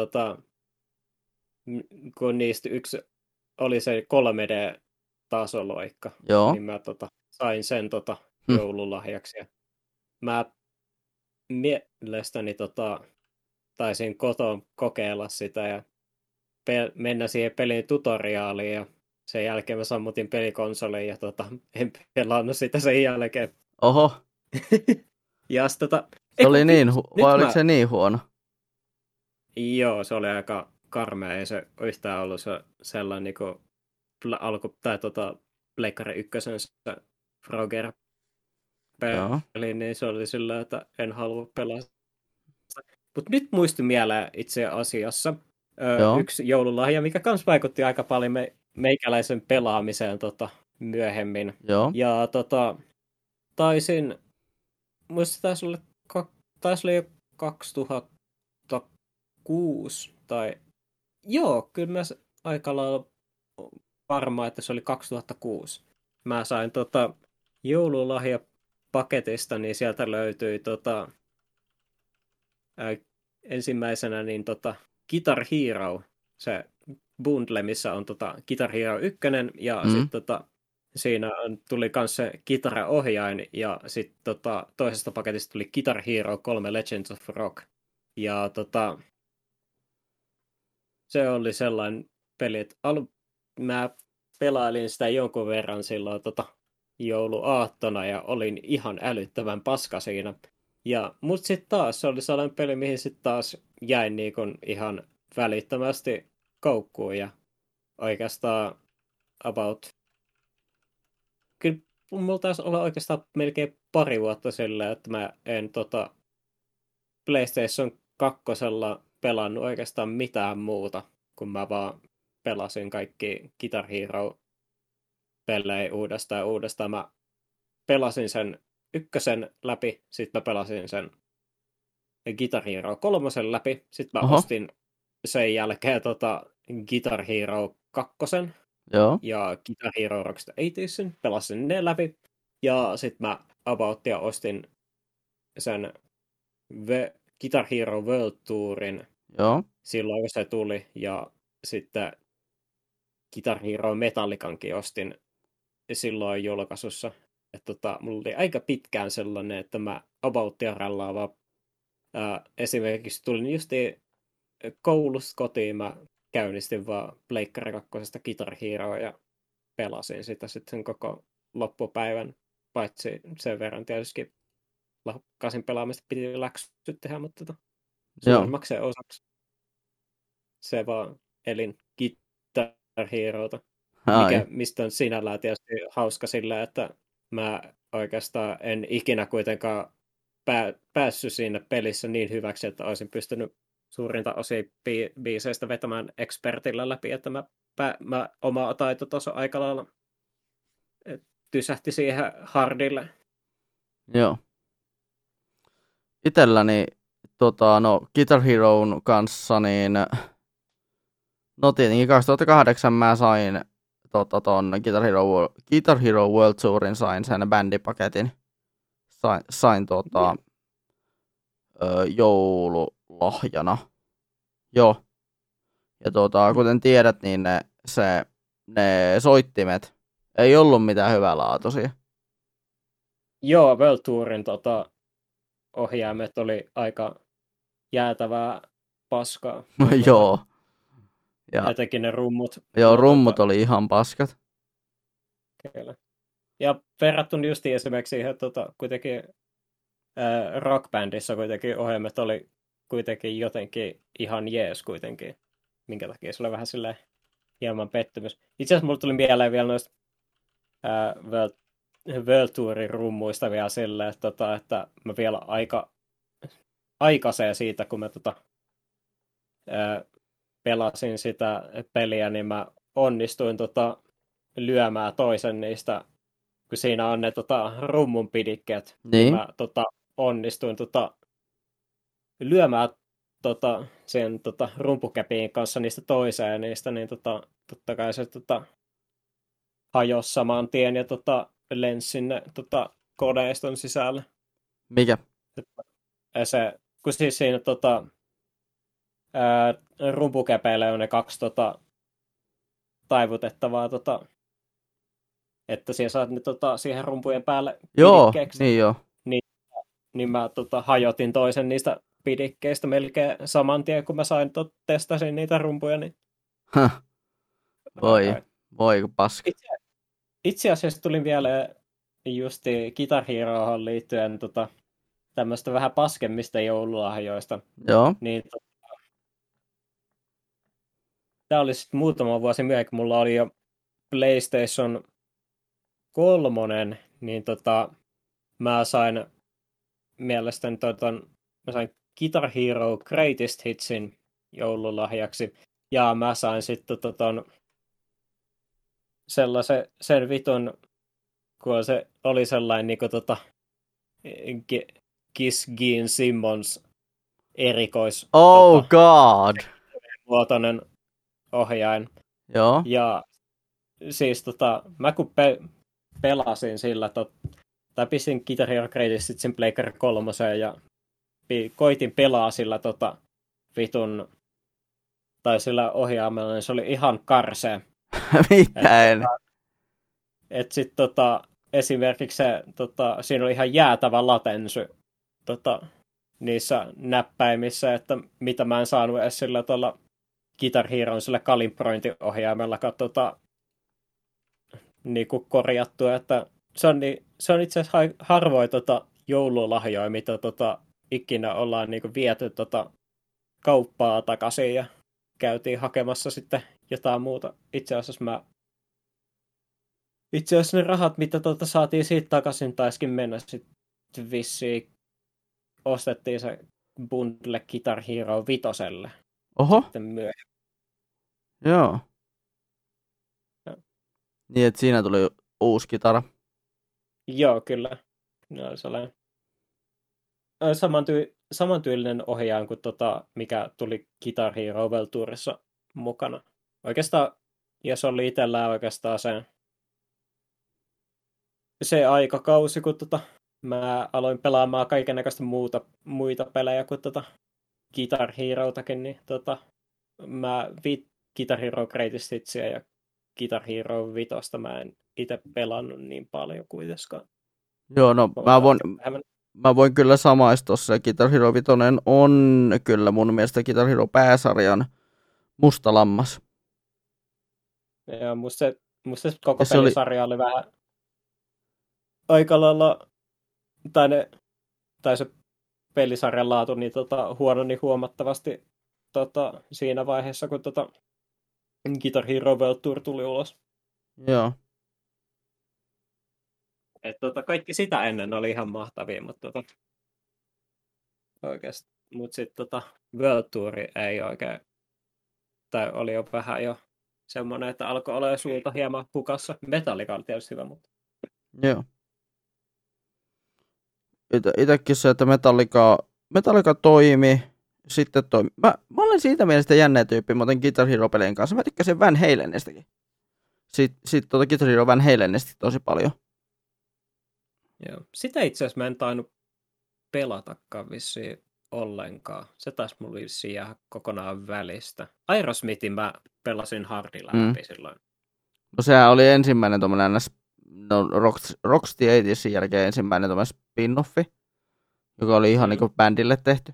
kun niistä yksi oli se 3D-tasoloikka. Joo. Niin mä sain sen joululahjaksi. Ja mä mielestäni taisin koton kokeilla sitä ja mennä siihen pelin tutoriaaliin ja sen jälkeen mä sammutin pelikonsoliin ja en pelannut sitä sen jälkeen. Oho. Ja se oli vai oliko se niin huono? Joo, se oli aika karmea, ei se yhtään ollut sellainen niin kuin Pleikkari ykkösen Frogger peli, niin se oli sillä, että en halua pelaa. Mutta nyt muistin mieleen itse asiassa yksi joululahja, mikä kans vaikutti aika paljon meikäläisen pelaamiseen myöhemmin. Joo. Ja taisin, muista taisi olla jo 2006 tai joo, kyllä mä aika lailla varma, että se oli 2006. Mä sain joululahjapaketista, niin sieltä löytyi ensimmäisenä niin Guitar Hero, se bundle, missä on Guitar Hero 1 ja sitten siinä tuli myös se kitaraohjain ja sitten toisesta paketista tuli Guitar Hero 3 Legends of Rock. Ja se oli sellainen peli, että mä pelailin sitä jonkun verran silloin jouluaattona ja olin ihan älyttävän paska siinä. Mutta sitten taas se oli sellainen peli, mihin sitten taas jäin ihan välittömästi koukkuun ja oikeastaan about kyllä mulla taisi olla oikeastaan melkein pari vuotta sillä, että mä en PlayStation 2 pelannut oikeastaan mitään muuta, kun mä vaan pelasin kaikki Guitar Hero-pelejä uudestaan ja uudestaan. Mä pelasin sen ykkösen läpi, sitten mä pelasin sen Guitar Hero 3 läpi, sitten mä ostin sen jälkeen Guitar Hero 2 Joo. ja Guitar Hero Rockstar 80, pelasin ne läpi, ja sitten mä abouttia ostin sen Guitar Hero World Tourin silloin, kun se tuli, ja sitten Guitar Hero Metallicankin ostin silloin julkaisussa. Että mulla oli aika pitkään sellainen, että mä abouttia rällaavaa. Esimerkiksi tulin justiin koulusta kotiin, mä käynnistin vaan Pleikkari 2 Guitar Heroa ja pelasin sitä sitten sen koko loppupäivän, paitsi sen verran tietysti lakkasin pelaamista, piti läksyt tehdä, mutta suurimmakseen osaksi se vaan elin Guitar Herota, mistä on sinällään tietysti hauska sillä, että mä oikeastaan en ikinä kuitenkaan päässyt siinä pelissä niin hyväksi, että olisin pystynyt suurinta osia biiseistä vetämään expertillä läpi, että mä oma taitotaso aika lailla tysähti siihen hardille. Joo. Itselläni Guitar Heron kanssa, niin tietenkin 2008 mä sain ton Guitar Hero World Tourin, sain sen bändipaketin. Sain joululahjana. Joo. Ja kuten tiedät, niin ne soittimet ei ollut mitään hyvälaatuisia. Joo, World Tourin ohjaimet oli aika jäätävää paskaa. Joo. Ja etenkin ne rummut. Joo, rummut oli ihan paskat. Kyllä. Ja verrattuna justiin esimerkiksi siihen, kuitenkin rockbändissä kuitenkin ohjelmat oli kuitenkin jotenkin ihan jees kuitenkin. Minkä takia se oli vähän silleen hieman pettymys. Itse asiassa mulle tuli mieleen vielä noista World Tourin rummuista vielä silleen, että mä vielä aikaiseen siitä, kun mä pelasin sitä peliä, niin mä onnistuin lyömään toisen niistä, kun siinä on ne rummun pidikkeet. Niin. Mä onnistuin lyömään sen rumpukäpiin kanssa niistä toiseen niistä, niin totta kai se hajosi saman tien ja lensi sinne koneiston sisälle. Mikä? Se, kun siis siinä rumpukäpeille on ne 2 taivutettavaa, että siellä saat ne siihen rumpujen päälle pidikkeeksi. Niin joo. Niin mä hajotin toisen niistä pidikkeistä melkein saman tien, kun mä testasin niitä rumpuja. Niin... Voi kun paska. Itse asiassa tuli vielä justi Guitar Heroon liittyen tämmöistä vähän paskemmista joululahjoista. Joo. Niin tämä oli sitten muutama vuosi myöhemmin, kun mulla oli jo PlayStation 3, niin mä sain mielestäni mä sain Guitar Hero Greatest Hitsin joululahjaksi, ja mä sain sitten sen vitun, kun se oli sellainen niinku Kiss Gene Simmons erikois God muotoinen ohjain. Joo. Ja siis mä kun pelasin sillä, tai pistin Guitar Hero Greatest Hitsin Pleikkari 3 ja koitin pelaa sillä vitun, tai sillä ohjaamella, niin se oli ihan karsea. Mitä en? Et sit esimerkiksi se, siinä oli ihan jäätävä latensy niissä näppäimissä, että mitä mä en saanut edes sillä tuolla Guitar Heron sillä kalibrointiohjaimella niinku korjattua, että se on itse asiassa harvoin joululahjoja, mitä ikinä ollaan niinku viety kauppaa takaisin ja käytiin hakemassa sitten jotain muuta. Itse asiassa mä itse asiassa ne rahat, mitä saatiin siitä takaisin, taisikin mennä sitten vissiin. Ostettiin se bundle Guitar Hero 5:lle. Oho. Sitten myöhemmin. Joo. Ja. Niin, että siinä tuli uusi kitara. Joo, kyllä. Ne oli sellainen samantyylinen ohjaaja kuin mikä tuli Guitar Hero World Tourissa mukana. Oikeastaan, ja se oli itsellään oikeastaan se aikakausi, kun mä aloin pelaamaan kaikennäköistä muita pelejä kuin Guitar Herotakin, niin mä Guitar Hero Greatest Hitsia ja Guitar Hero 5 mä en itse pelannut niin paljon kuitenkaan. Joo, no mä voin kyllä samaistua. Se Guitar Hero 5 on kyllä mun mielestä Guitar Hero pääsarjan musta lammas. Ja musta se koko pelisarja oli vähän aika lailla, tai se pelisarjan laatu niin huononi huomattavasti siinä vaiheessa, kun Guitar Hero World Tour tuli ulos. Joo. Et kaikki sitä ennen oli ihan mahtavia, mutta oikeasti. Mut sitten World Tour ei oikein, tai oli jo vähän jo semmoinen, että alkoi olla sulta hieman hukassa. Metallica oli tietysti hyvä, mutta... Joo. Itsekin se, että Metallica toimi, sitten toimi. Mä olen siitä mielestä jännä tyyppi, mä otin Guitar Hero-pelien kanssa. Mä tykkäsin Van Halenistakin. Sitten Guitar Hero Van Halenista tosi paljon. Joo. Sitä itse asiassa mä en tainnut pelatakaan vissiin ollenkaan. Se taisi mulla vissiin jäädä kokonaan välistä. Aerosmithin mä pelasin hardilla läpi silloin. No sehän oli ensimmäinen tommonen Rocksteady 80sin jälkeen ensimmäinen tommonen spin-offi, joka oli ihan niinku bändille tehty.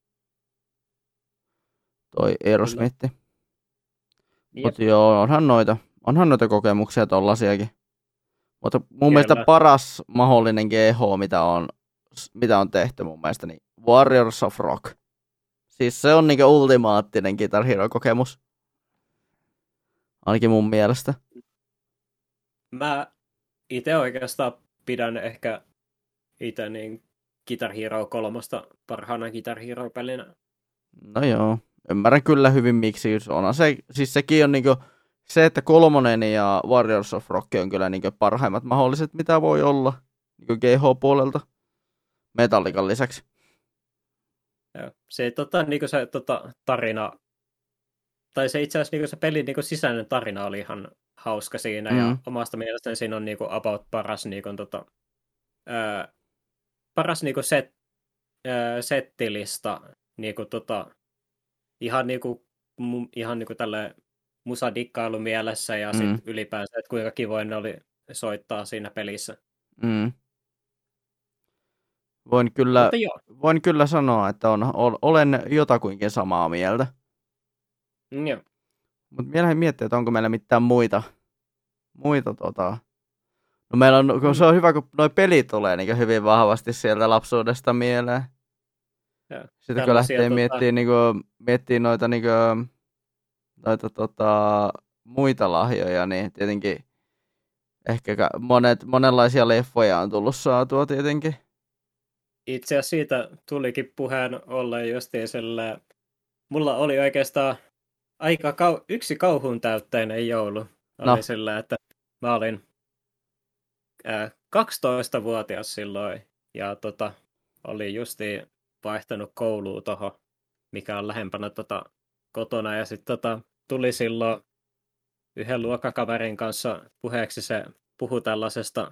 Toi Aerosmith. Mutta joo, onhan noita kokemuksia tollasiakin. Mutta mun mielestä paras mahdollinen GH, mitä on tehty mun mielestä, niin Warriors of Rock. Siis se on niinku ultimaattinen Guitar Hero-kokemus. Ainakin mun mielestä. Mä itse oikeastaan pidän ehkä itse niin Guitar Hero 3 parhaana Guitar Hero-pelinä. No joo, ymmärrän kyllä hyvin miksi. Onhan se, siis sekin on niinku... Se, että 3 ja Warriors of Rock on kyllä niin parhaimmat mahdolliset, mitä voi olla niin GH-puolelta Metallican lisäksi. Joo. Se, niin se tarina, tai se itse asiassa niin se pelin niin sisäinen tarina oli ihan hauska siinä, ja omasta mielestäni siinä on niin about paras, niin kuin, paras niin settilista, niin kuin, ihan niin kuin tälleen musadikkailu mielessä ja sitten ylipäänsä, että kuinka kivoin ne oli soittaa siinä pelissä. Voin kyllä sanoa, että olen jotakuinkin samaa mieltä. Joo. Mutta mielelläni miettiä, että onko meillä mitään muita No meillä on, kun se on hyvä, kun noi pelit tulee niin hyvin vahvasti sieltä lapsuudesta mieleen. Ja, sitten kun lähtee miettimään noita muita lahjoja, niin tietenkin ehkä monenlaisia leffoja on tullut saatua tietenkin. Itse asiassa siitä tulikin puheen ollen justiin sillä, mulla oli oikeastaan aika yksi kauhun täytteinen joulu. Oli sillä, että mä olin 12-vuotias silloin ja oli justiin vaihtanut kouluun tohon, mikä on lähempänä kotona ja sitten tuli silloin yhden luokkakaverin kanssa puheeksi, se puhui tällaisesta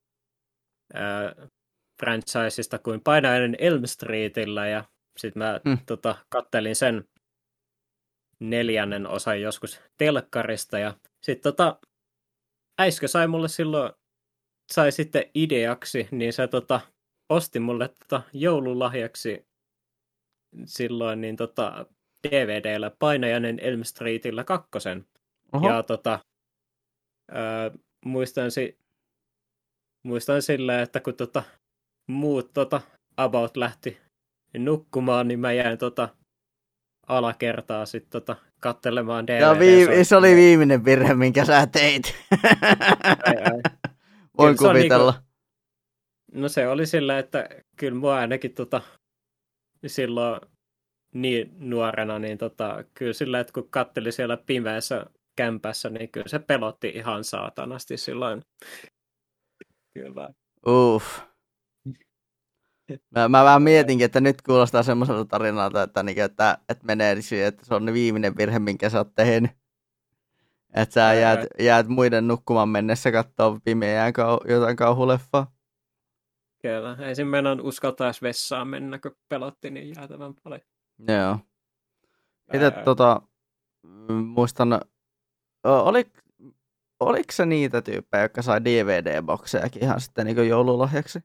franchiseista kuin Painajainen Elm Streetillä ja sitten mä kattelin sen 4. osan joskus telkkarista ja sitten äiskö sai mulle silloin sitten ideaksi, niin se osti mulle joululahjaksi silloin niin DVD:llä Painajainen Elm Streetillä 2. Oho. Ja muistan sillä, että kun muut about lähti nukkumaan, niin mä jäin alakertaa sitten katselemaan DVD. Se oli viimeinen virhe, minkä sä teit. Ai. Voin kuvitella. No se oli sillä, että kyllä mua ainakin silloin niin nuorena, niin kyllä sillä, että kun katteli siellä pimeässä kämpässä, niin kyllä se pelotti ihan saatanasti silloin. Kyllä. Mä vähän mietinkin, että nyt kuulostaa semmoiselta tarinalta, että menee siihen, että se on viimeinen virhe, minkä sä oot tehnyt. Että sä jäät muiden nukkumaan mennessä katsoa pimeään jotain kauhuleffaa. Kyllä, ei sen mennä uskaltaisi vessaan mennä, kun pelotti niin jäätävän paljon. Joo. Itse muistan, oliko se niitä tyyppejä, jotka sai DVD-boksejakin ihan sitten niin joululahjaksi?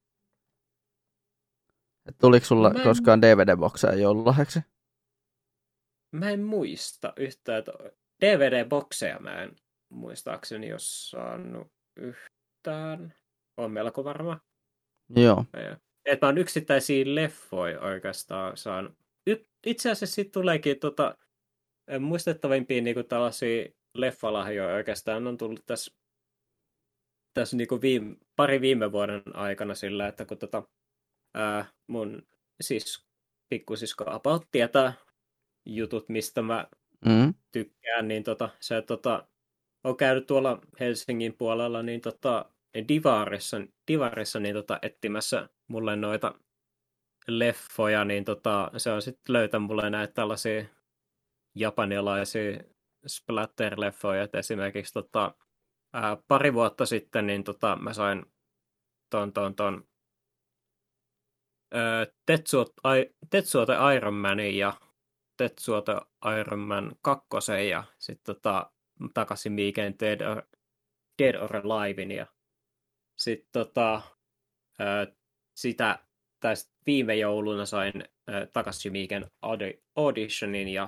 Et tuliko sulla koskaan DVD-bokseja joululahjaksi? Mä en muista yhtään. DVD-bokseja mä en muistaakseni ole saanut yhtään. Olen melko varma. Joo. Että mä oon yksittäisiä leffoja oikeastaan saanut. Itse asiassa sitten tuleekin muistettavimpia niinku tällaisia leffalahjoja oikeastaan on tullut tässä niinku pari viime vuoden aikana sillä, että kun mun pikkusisko about tietää jutut, mistä mä tykkään, niin se on käynyt tuolla Helsingin puolella niin Divarissa niin etsimässä mulle noita leffoja, niin se on sitten löytänyt mulle näitä tällaisia japanilaisia splatter-leffoja, että esimerkiksi pari vuotta sitten niin mä sain ton Tetsuo the Iron Manin ja Tetsuo the Iron Man 2 ja sitten takaisin Miiken Dead or Alivein ja sitten sitä viime jouluna sain takaisin Miiken Auditionin ja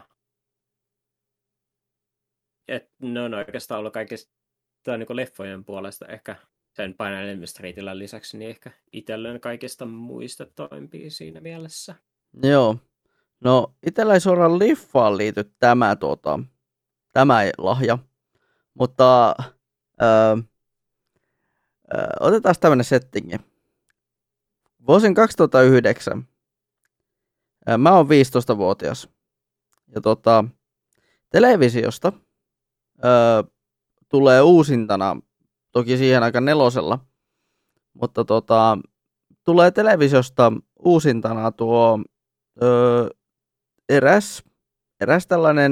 ne on oikeastaan ollut kaikista niin leffojen puolesta ehkä sen Painainen Streetillä lisäksi niin ehkä itselleen kaikista muistettavimpia siinä mielessä. Joo. No itsellä ei suoraan liffaan liity tämä lahja, mutta otetaan tämmöinen settingi. Vuosin 2009 mä oon 15-vuotias ja televisiosta tulee uusintana, toki siihen aika 4, mutta tulee televisiosta uusintana tuo eräs tällainen,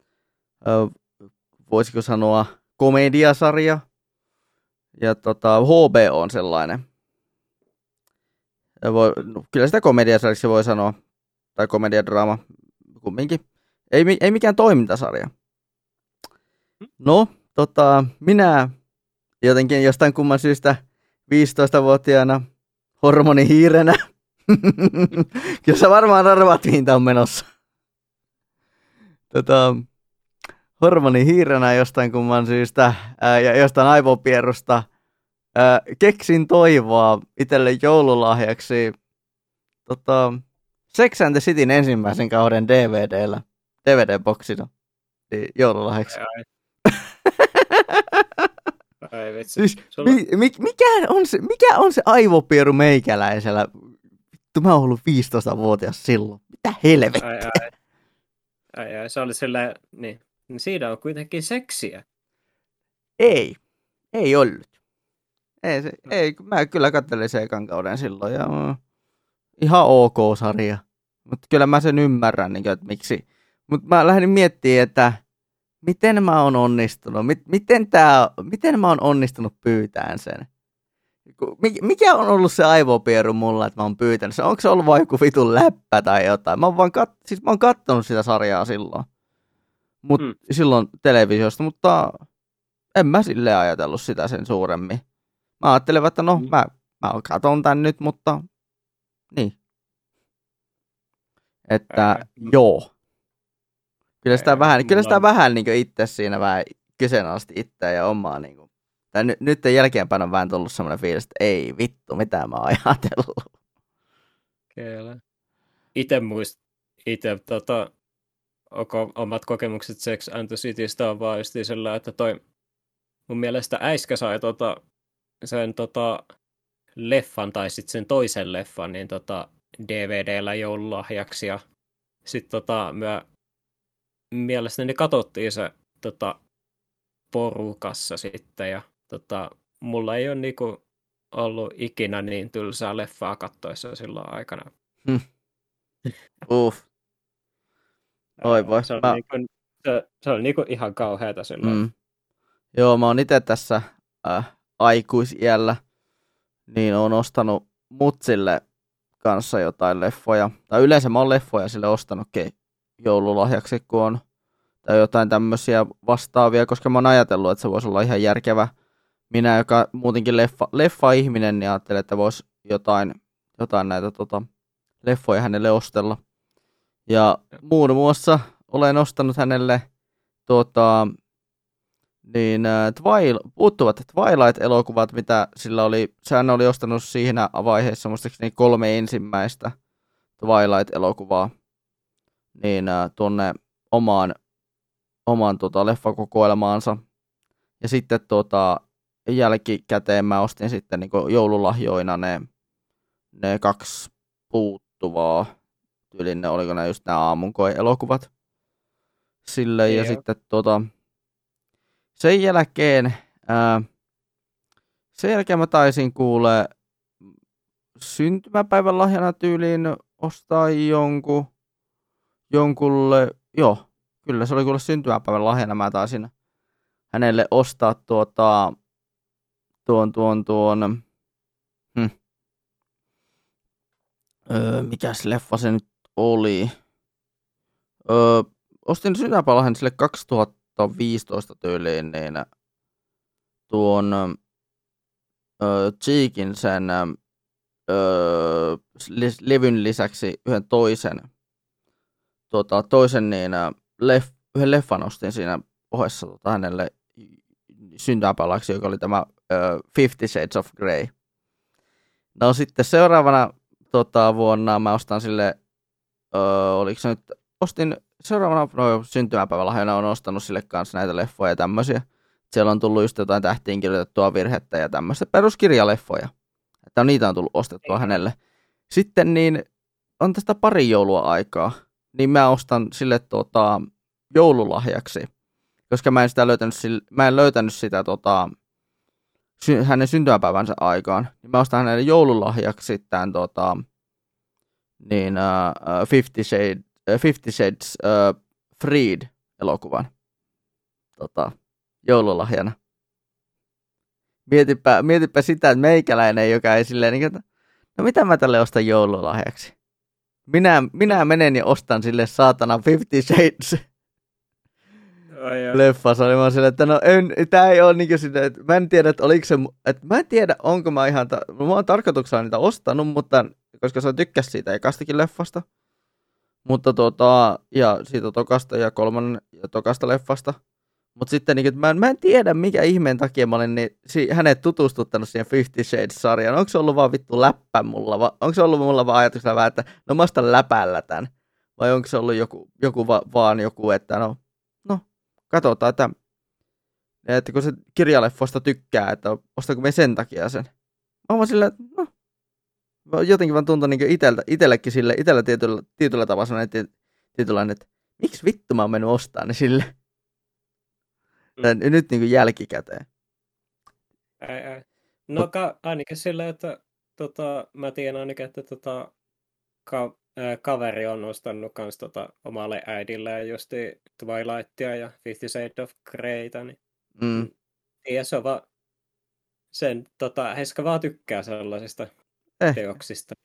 voisiko sanoa, komediasarja, ja HBO on sellainen. Kyllä sitä komediasarjaksi voi sanoa, tai komediadraama kumminkin. Ei mikään toimintasarja. No, minä jotenkin jostain kumman syystä 15-vuotiaana hormonihiirenä. Kyllä sä varmaan arvaat, mihin tää on menossa. Hormonihiirenä jostain kumman syystä ja jostain aivopierusta keksin toivoa itselle joululahjaksi Sex and the Cityn ensimmäisen kauden DVD-boksina joululahjaksi. Ai vitsi. Siis, mikä on se aivopieru meikäläisellä? Vittu, mä oon ollut 15-vuotias silloin. Mitä helvettiä? Ai, se oli sillä, niin siinä on kuitenkin seksiä. Ei ollut. Ei, mä kyllä katselin se ekan kauden silloin ja ihan ok sarja. Mutta kyllä mä sen ymmärrän, niin, että miksi. Mutta mä lähdin miettimään, että miten mä oon onnistunut, miten mä oon onnistunut pyytämään sen. Mikä on ollut se aivopieru mulla, että mä oon pyytänyt sen? Onko se ollut vain joku vitun läppä tai jotain? Mä oon kattonut sitä sarjaa silloin. Silloin televisiosta, mutta en mä silleen ajatellut sitä sen suuremmin. Mä ajattelin, että no, mä katon tän nyt, mutta niin. Että joo. Kyllä sitä vähän niin itse siinä vähän kyseenalaisti itseä ja omaa. Niin kuin. Tai nyt jälkeenpäin on vähän tullut semmoinen fiilis, että ei vittu, mitä mä oon ajatellut. Kyllä. Itse omat kokemukset Sex and the Citystä on vaan just sillä, että mun mielestä äiskä sai sen leffan tai sitten sen toisen leffan niin DVD:llä joululahjaksi ja sitten mielestäni katsottiin se porukassa sitten ja mulla ei ole niinku ollut ikinä niin tylsää leffaa kattoessa silloin aikana. Oi voi. Se oli niinku ihan kauheata silloin. Joo, mä oon itse tässä aikuisiällä, niin oon ostanut mutsille kanssa jotain leffoja. Tai yleensä mä oon leffoja sille ostanutkin joululahjaksi, kun on tai jotain tämmöisiä vastaavia, koska mä oon ajatellut, että se voisi olla ihan järkevä. Minä, joka muutenkin leffa-ihminen, niin ajattelin, että voisi jotain näitä leffoja hänelle ostella. Ja muun muassa olen ostanut hänelle puuttuvat Twilight-elokuvat, mitä sillä oli. Sehän oli ostanut siinä vaiheessa muistaakseni 3 ensimmäistä Twilight-elokuvaa niin tuonne omaan leffakokoelmaansa. Ja sitten jälkikäteen mä ostin sitten niin joululahjoina ne 2 puuttuvaa tyylin, oliko ne just nämä aamunkoe-elokuvat sille. Ja sitten sen jälkeen mä taisin kuulee syntymäpäivän lahjana tyyliin ostaa jonkulle, joo, kyllä se oli kuule syntymäpäivän lahjana, mä taisin hänelle ostaa mikäs leffa se nyt oli? Ostin syntymäpäivän lahjana sille 2015 tyyliin, niin tuon Cheekin sen levyn lisäksi yhden toisen niin yhden leffan ostin siinä ohessa hänelle syntymäpäiväksi, joka oli tämä 50 Shades of Grey. No sitten seuraavana vuonna mä ostan sille, oliko se nyt, ostin seuraavana syntymäpäivälahjana on ostanut sille kanssa näitä leffoja ja tämmöisiä. Siellä on tullut just jotain tähtiin kirjoitettua virhettä ja tämmöistä peruskirjaleffoja. Että niitä on tullut ostettua hänelle. Sitten niin on tästä pari joulua aikaa, niin mä ostan sille joululahjaksi, koska mä en löytänyt sitä hänen syntymäpäivänsä aikaan. Niin mä ostan hänelle joululahjaksi tämän 50 Shades Freed-elokuvan joululahjana. Mietipä sitä, että meikäläinen, joka ei silleen, niin kuin, no mitä mä tälle ostan joululahjaksi? Minä menen ja ostan sille saatana 50 Shades leffa. Se oli vaan silleen, että no tää ei ole niin sitä, että mä en tiedä, että oliko se, että mä en tiedä, onko mä ihan, mä oon tarkoituksella niitä ostanut, mutta koska se tykkäsi siitä ekastakin leffasta. Mutta ja siitä tokasta ja kolmannen ja tokasta leffasta. Mutta sitten niin, mä en tiedä, mikä ihmeen takia mä olin hänet tutustuttanut siihen 50 Shades-sarjaan. Onko se ollut vaan vittu läppä mulla? Onko se ollut mulla vaan ajatuksella vähän, että no mä ostan läpällä tän? Vai onko se ollut vaan joku, että no katsotaan, että kun se kirjaleffosta tykkää, että ostanko me sen takia sen. Mä oon silleen, että no, jotenkin vaan tuntuu niin itsellekin sille, itsellä tietyllä tavalla sellainen tietynlainen, että miksi vittu mä oon mennyt ostamaan ne sille. Nyt niin kuin jälkikäteen. No ainakin silleen, että mä tiedän ainakin, että kaveri on ostanut kans omalle äidilleen justi Twilightia ja 50 Shades of Greyta, niin ja se on vaan sen, heiska vaan tykkää sellaisista teoksista.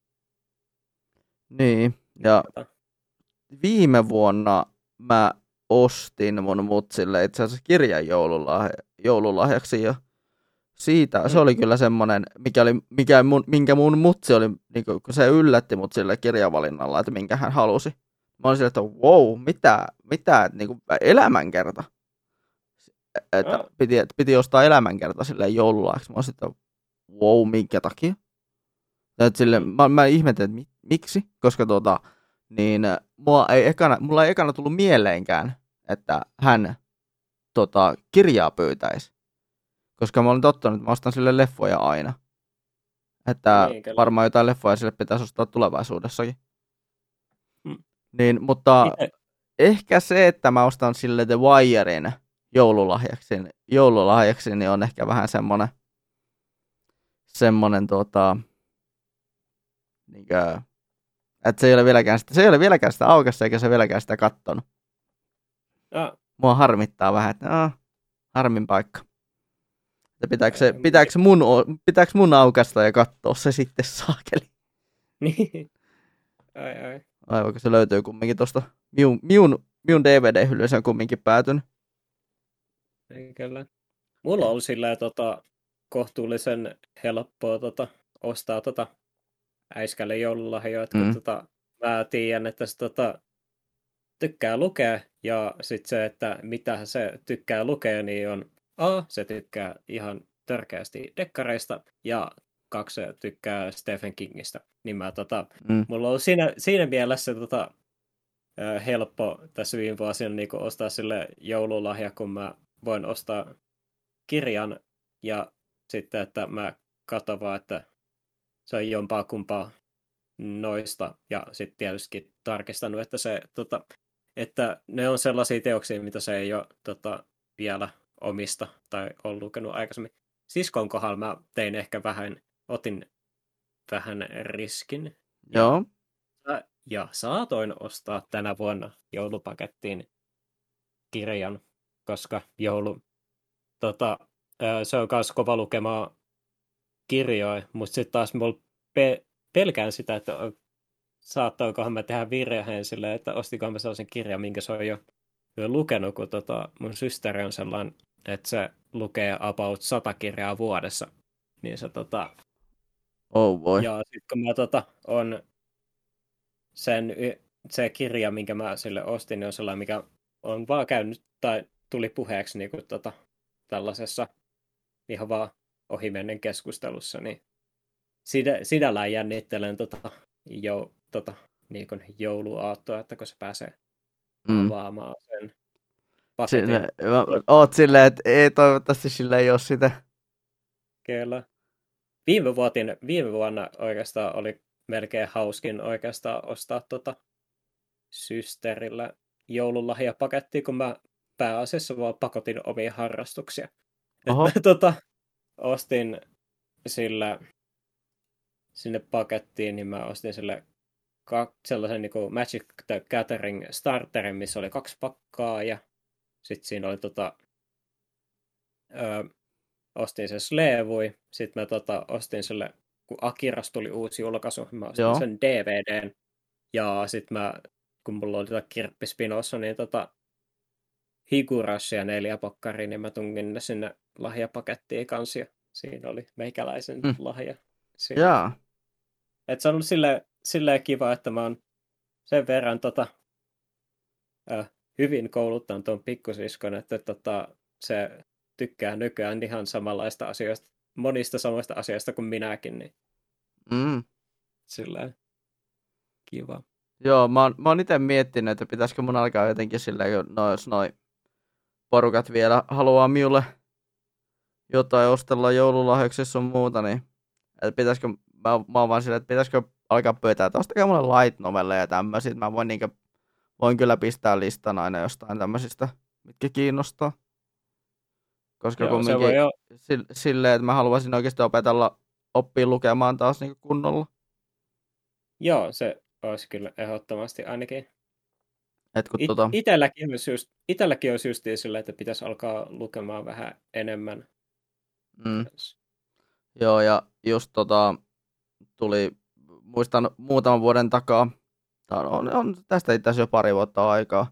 Niin, ja viime vuonna mä ostin mun mutsille itse asiassa kirjan joululahjaksi ja siitä se oli kyllä semmoinen, minkä mun mutsi oli, niin kun se yllätti mut sille kirjavalinnalla, että minkä hän halusi. Mä olin silleen, että wow, mitä niin kuin elämänkerta. Että piti ostaa elämänkerta silleen joululahjaksi. Mä olin sitten, wow, minkä takia? Että silleen, mä ihmettelin, että miksi, koska niin mulla ei ekana tullut mieleenkään, että hän kirjaa pyytäisi. Koska mä olen tottunut, että mä ostan sille leffoja aina. Että Niin, kyllä. varmaan jotain leffoja sille pitäisi ostaa tulevaisuudessakin. Mm. Niin, mutta Miten? ehkä se, että mä ostan sille The Wirein joululahjaksi, niin on ehkä vähän semmonen niinkö, että se ei ole vieläkään sitä aukassa, eikä se vieläkään sitä kattonut. Mua harmittaa vähän, että harmin paikka. Pitääkö mun aukasta ja katsoa se sitten saakeli? Niin. Ai. Aivan, kun se löytyy kumminkin tuosta minun DVD-hyllyyn, se on kumminkin päätynyt. Kyllä. Mulla on silleen kohtuullisen helppoa ostaa äiskälle joululahjoja, kun mä tiedän, että se tykkää lukea, ja sitten se, että mitä se tykkää lukea, niin on se tykkää ihan törkeästi dekkareista, ja 2 se tykkää Stephen Kingistä. Niin mulla on siinä mielessä helppo tässä viime vuosina niin ostaa sille joululahja, kun mä voin ostaa kirjan, ja sitten, että mä katson vaan, että se on jompaa kumpaa noista, ja sitten tietysti tarkistanut, että että ne on sellaisia teoksia, mitä se ei ole vielä omista tai on lukenut aikaisemmin. Siskon kohdalla mä otin vähän riskin. Joo. Ja saatoin ostaa tänä vuonna joulupakettiin kirjan, koska se on myös kova lukemaa kirjoja, mutta sitten taas mulla pelkään sitä, että saattaikohan mä tehdä virheen silleen, että ostikohan mä sellaisen kirjan, minkä se on jo lukenut, kun mun systeri on sellainen, että se lukee about 100 kirjaa vuodessa. Niin se Oh boy. Ja sitten kun mä on se kirja, minkä mä sille ostin, niin on sellainen, mikä on vaan käynyt tai tuli puheeksi niin kuin tällaisessa ihan vaan ohimennen keskustelussa, niin sinällään jännittelen niin kuin jouluaattoa, että kun se pääsee avaamaan sen paketin. Oot silleen, että ei toivottavasti sillä ei ole sitä. Kyllä. Viime vuonna oikeastaan oli melkein hauskin oikeastaan ostaa systerillä joululahjapakettia, kun mä pääasiassa vaan pakotin omia harrastuksia. Ostin sinne pakettiin, niin mä ostin sille sellaisen niin kuin Magic the Gathering starterin, missä oli 2 pakkaa, ja sitten siinä oli ostin sen Slevui, sitten mä ostin sille, kun Akiras tuli uusi julkaisu, mä ostin sen DVDn, ja sitten kun mulla oli kirppispinossa, niin Higurashia 4 pakkaria, niin mä tungin ne sinne lahjapakettiin kanssa, ja siinä oli meikäläisen lahja. Jaa. Et se on ollut silleen kiva, että mä oon sen verran hyvin kouluttanut tuon pikkusiskon, että se tykkää nykyään ihan samanlaista asioista, monista samoista asioista kuin minäkin, niin silleen kiva. Joo, mä oon itse miettinyt, että pitäisikö mun alkaa jotenkin silleen, jos noi porukat vielä haluaa minulle jotain ostella joululahjaksi sun muuta, niin että pitäisikö, mä oon vaan silleen, että pitäisikö alkaa pöytää, että ostakaa mulle light novelleja ja tämmöisiä, mä voin kyllä pistää listan aina jostain tämmöisistä, mitkä kiinnostaa. Koska kumminkin silleen, että mä haluaisin oikeasti oppia lukemaan taas niin kunnolla. Joo, se olisi kyllä ehdottomasti ainakin. Et kun Itselläkin olisi just silleen, että pitäisi alkaa lukemaan vähän enemmän. Joo, ja just tuli, muistan muutaman vuoden takaa, on tästä itse asiassa jo pari vuotta aikaa,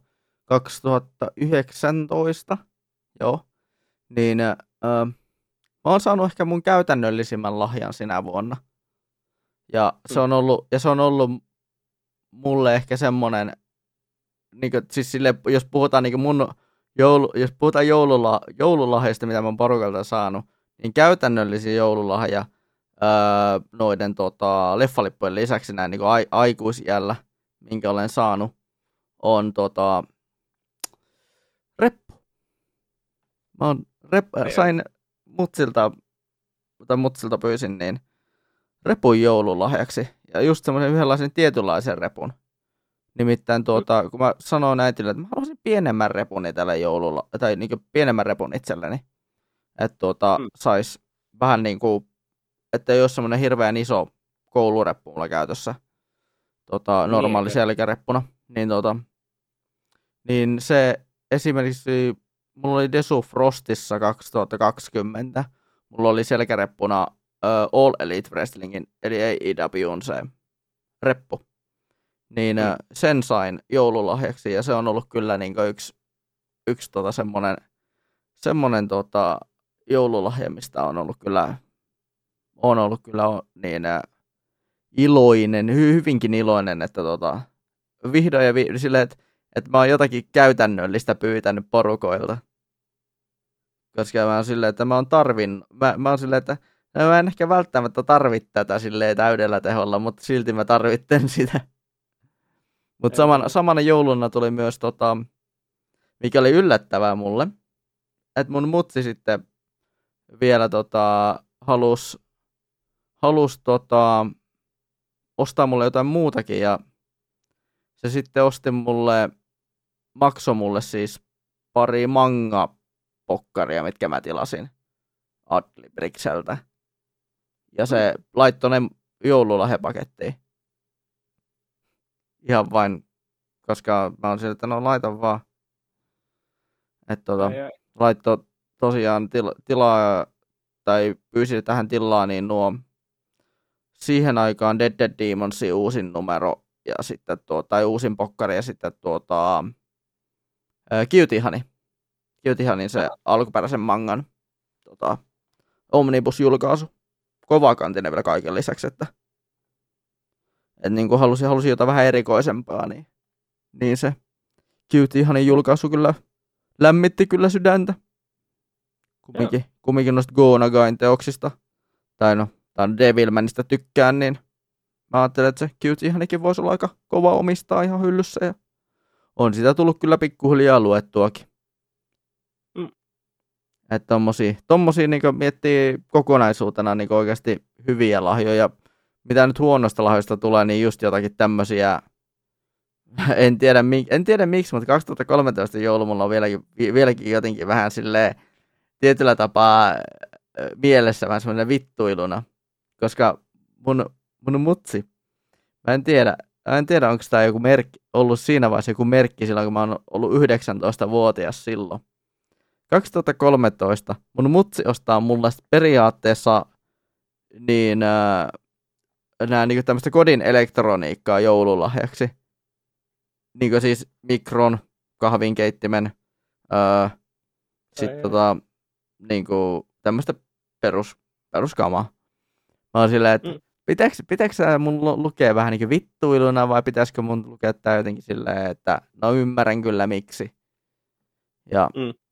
2019, joo, niin mä oon saanut ehkä mun käytännöllisimmän lahjan sinä vuonna. Ja se on ollut mulle ehkä semmonen, niin kuin, siis sille, jos puhutaan niin jos puhutaan joululahjasta, mitä mä oon porukalta saanut, niin käytännöllisin joululahja noiden leffalippujen lisäksi näin niin aikuisiällä, minkä olen saanut, on reppu. Sain mutsilta pyysin niin repun joululahjaksi. Ja just semmoisen yhdenlaisen tietynlaisen repun. Nimittäin kun mä sanoin äitille, että mä haluaisin pienemmän repun itselle joululla, tai niin pienemmän repun itselleni. Että sais vähän niin kuin, että ei ole semmoinen hirveän iso koulureppu mulla käytössä. Normaali selkäreppuna. Niin se esimerkiksi, mulla oli Desu Frostissa 2020, mulla oli selkäreppuna All Elite Wrestlingin, eli AEW:n se reppu. Niin sen sain joululahjaksi, ja se on ollut kyllä niin yksi semmoinen joululahja, mistä on ollut kyllä niin iloinen, hyvinkin iloinen, että vihdoin ja silleen, että mä oon jotakin käytännöllistä pyytänyt porukoilta. Koska mä oon silleen, että mä oon silleen, että mä en ehkä välttämättä tarvitse tätä silleen täydellä teholla, mutta silti mä tarvitten sitä. Mutta samana jouluna tuli myös, mikä oli yllättävää mulle, että mun mutsi sitten vielä halus ostaa mulle jotain muutakin, ja se sitten maksoi mulle siis pari manga-pokkaria, mitkä mä tilasin Adlibrikseltä. Ja se laittoi ne joululahjapakettiin. Ihan vain, koska mä oon sillä, että no laitan vaan. Että laittoi tosiaan tilaa, tai pyysi tähän tilaa, niin siihen aikaan Dead Demonsin uusin numero, ja sitten tai uusin pokkari, ja sitten Cutie Honeyn se alkuperäisen mangan omnibus-julkaisu. Kovakantinen vielä kaiken lisäksi, että niin kuin halusin jotain vähän erikoisempaa, niin se Cutie Honeyn julkaisu kyllä lämmitti kyllä sydäntä. Kumminkin noista Go Nagain teoksista, tai Devilmanista tykkään, niin mä ajattelin, että se Cutie Honeykin voisi olla aika kova omistaa ihan hyllyssä, ja on sitä tullut kyllä pikkuhiljaa luettuakin. Että tommosia niin miettii kokonaisuutena niin oikeasti hyviä lahjoja. Mitä nyt huonosta lahjoista tulee, niin just jotakin tämmöisiä, en tiedä miksi, mutta 2013 joulu mulla on vieläkin jotenkin vähän silleen tietyllä tapaa mielessä vähän semmoinen vittuiluna, koska mun mutsi, mä en tiedä onko tämä joku merkki, ollut siinä vaiheessa joku merkki silloin, kun mä oon ollut 19-vuotias silloin. 2013 mun mutsi ostaa mulle periaatteessa niin niin tämmöistä kodin elektroniikkaa joululahjaksi. Niin siis mikron, kahvinkeittimen, sitten niin tämmöistä peruskamaa. Mä oon silleen, että pitääkö mun lukea vähän niin vittuiluna, vai pitäisikö mun lukea tää jotenkin silleen, että no ymmärrän kyllä miksi. Ja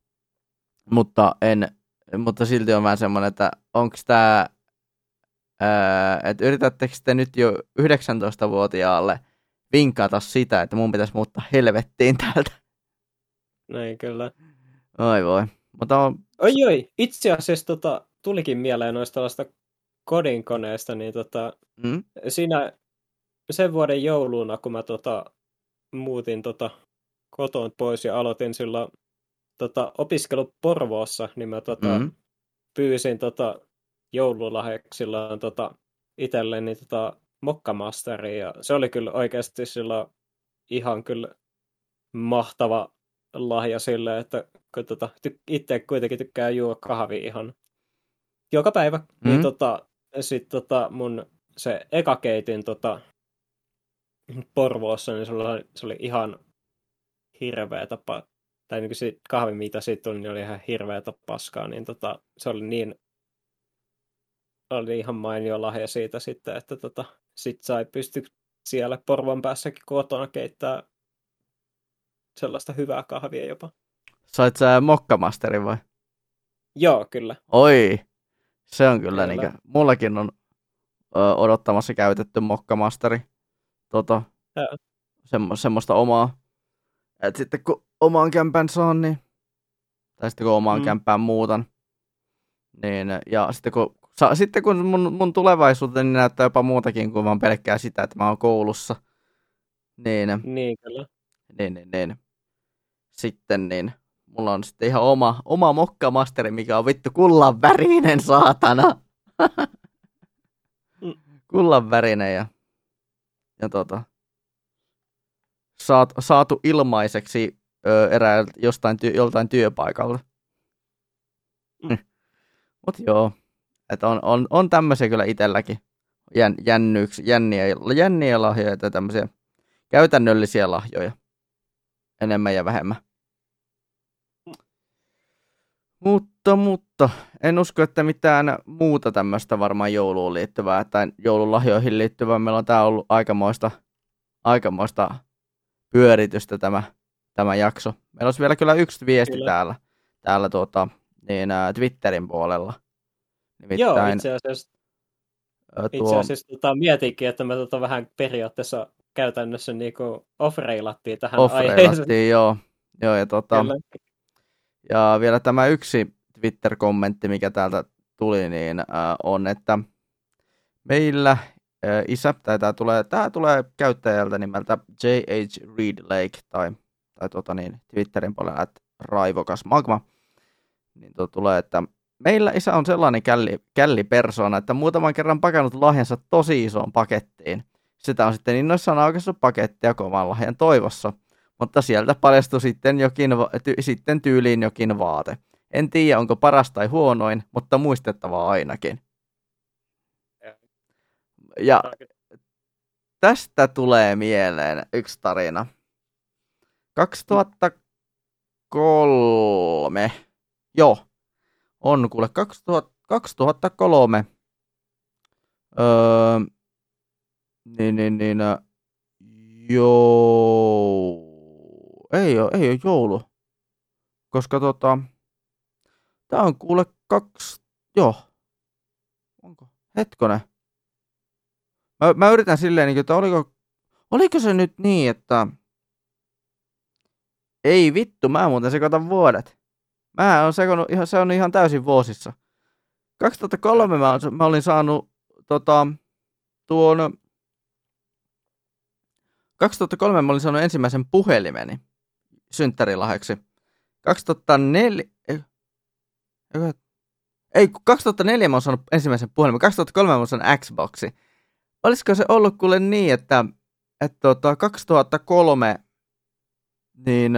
mutta silti on vähän semmoinen, että onko tämä, että yritättekö te nyt jo 19-vuotiaalle vinkata sitä, että mun pitäisi muuttaa helvettiin täältä? Näin kyllä. Oi voi. Mutta Oi, itse asiassa tulikin mieleen noista tällaista kodinkoneesta, niin siinä sen vuoden jouluna, kun mä muutin kotoon pois ja aloitin silloin opiskelu Porvoossa, niin mä pyysin joululahjaksi silloin itselleni Mokkamasteria, ja se oli kyllä oikeasti silloin ihan kyllä mahtava lahja sille, että kun itse kuitenkin tykkää juoda kahvia ihan joka päivä, niin sitten mun se eka keitin Porvoossa, niin se oli ihan hirveä tapa, tai niin se kahvi, mitä siitä tuli, niin oli ihan hirveätä paskaa, niin se oli ihan mainio lahja siitä sitten, että sit pysty siellä Porvoon päässäkin kotona keittää sellaista hyvää kahvia jopa. Sait sä Mokkamasterin vai? Joo, kyllä. Oi, se on kyllä niinkö. Mullakin on odottamassa käytetty Mokkamasteri. Semmoista omaa. Et sitten kun omaan kämpään saan, niin tai sitten kun omaan kämpään muutan, Niin, ja sitten kun mun tulevaisuuteni näyttää jopa muutakin kuin vaan pelkkää sitä, että mä oon koulussa, niin, Niin, kyllä. niin. Sitten niin, mulla on sitten ihan oma mokkamasteri, mikä on vittu kullan värinen, saatana. Kullan värinen ja saatu ilmaiseksi joltain työpaikalta. Mut joo, että on tämmöisiä kyllä itselläkin jänniä lahjoja tai tämmöisiä käytännöllisiä lahjoja enemmän ja vähemmän. Mutta en usko, että mitään muuta tämmöistä varmaan jouluun liittyvää tai joululahjoihin liittyvää. Meillä on tää ollut aikamoista pyöritystä tämä jakso. Meillä olisi vielä kyllä yksi viesti täällä Twitterin puolella. Nimittäin, joo, itse asiassa mietinkin, että me vähän periaatteessa käytännössä niinku off-reilattiin tähän aiheeseen. Joo, ja vielä tämä yksi Twitter-kommentti, mikä täältä tuli, niin on, että meillä isä, tämä tulee käyttäjältä nimeltä J.H. Reed Lake, tai Twitterin puolella, että raivokas magma, niin tulee, että meillä isä on sellainen källipersona, että muutaman kerran pakannut lahjansa tosi isoon pakettiin. Sitä on sitten innoissaan aukaissut pakettia kovan lahjan toivossa, mutta sieltä paljastui sitten tyyliin jokin vaate. En tiedä, onko paras tai huonoin, mutta muistettavaa ainakin. Ja tästä tulee mieleen yksi tarina. 2003. Joo. On kuule 2003. Ei ole joulu. Koska tää on kuule onko? Hetkonen. Mä yritän silleen, että oliko se nyt niin, että ei vittu, mä muuten sekoitan vuodet. Mä oon sekonut, se on ihan täysin vuosissa. 2003 mä olin saanut 2003 mä olin saanut ensimmäisen puhelimeni synttärilahjaksi. 2004 mä oon saanut ensimmäisen puhelimen. 2003 mä oon saanut Xboxi. Olisiko se ollut kuule niin, että 2003 niin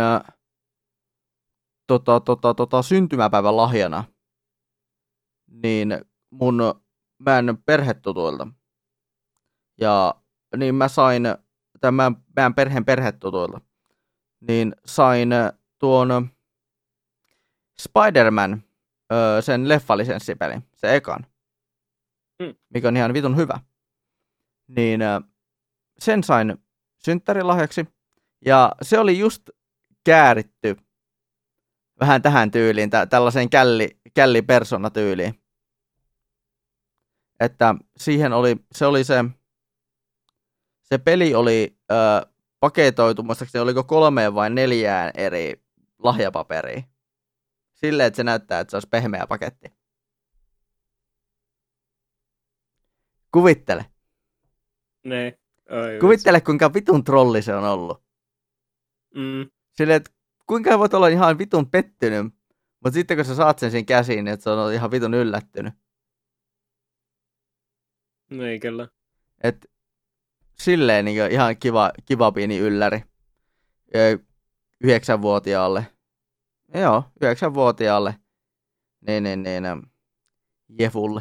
syntymäpäivän lahjana niin meidän perhetutuilta. Ja niin mä sain meidän perheen perhetutuilta. Niin sain tuon Spider-Man sen leffalisenssipelin, se ekan. Mikä on ihan vitun hyvä. Niin sen sain synttärilahjaksi. Ja se oli just kääritty vähän tähän tyyliin, tällaiseen källipersona-tyyliin. Että siihen se peli oli paketoitu, muistaakseni oliko 3 vai 4 eri lahjapaperia. Silleen, että se näyttää, että se olisi pehmeä paketti. Kuvittele. Ne. Kuvittele, kuinka vitun trolli se on ollut. Silleen, että kuinka voit olla ihan vitun pettynyt, mutta sitten kun sä saat sen siinä käsiin, niin että se on ihan vitun yllättynyt. No ei kyllä. Et silleen niin ihan kiva pieni ylläri. 9-vuotiaalle. Joo, 9-vuotiaalle. Niin, Jefulle.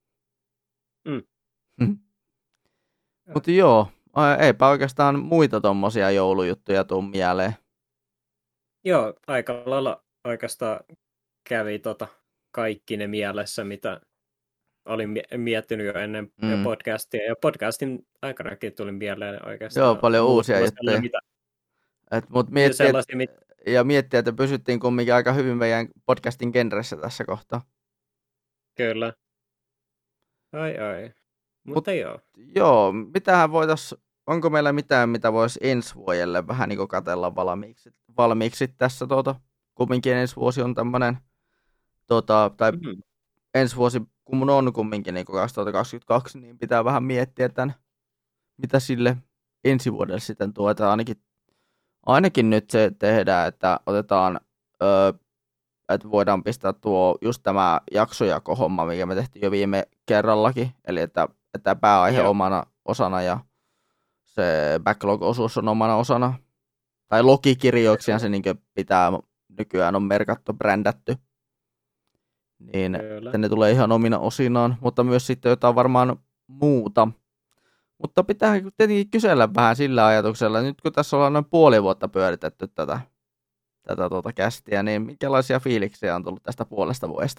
Mutta joo, eipä oikeastaan muita tommosia joulujuttuja tuu mieleen. Joo, aika lailla oikeastaan kävi kaikki ne mielessä, mitä olin miettinyt jo ennen podcastia. Ja podcastin aikanakin tuli mieleen oikeastaan. Joo, paljon uusia juttuja. Mut miettiä, että pysyttiin kumminkin aika hyvin meidän podcastin genressä tässä kohtaa. Kyllä. Ai. Mutta joo. Joo, mitähän onko meillä mitään, mitä voisi ensi vuodelle vähän niin kuin katsella valmiiksi tässä kumminkin ensi vuosi on tämmönen ensi vuosi, kun mun on kumminkin niin 2022, niin pitää vähän miettiä mitä sille ensi vuodelle sitten tuetaan. Ainakin nyt se tehdään, että otetaan, että voidaan pistää tuo just tämä jaksojakohomma, mikä me tehtiin jo viime kerrallakin, eli että pääaihe omana osana ja se backlog-osuus on omana osana. Tai logikirjoiksihan se niin pitää nykyään on merkattu, brändätty. Niin ne tulee ihan omina osinaan, mutta myös sitten jotain varmaan muuta. Mutta pitää tietenkin kysellä vähän sillä ajatuksella, nyt kun tässä ollaan noin puoli vuotta pyöritetty tätä kästiä, niin minkälaisia fiiliksiä on tullut tästä puolesta vuodesta?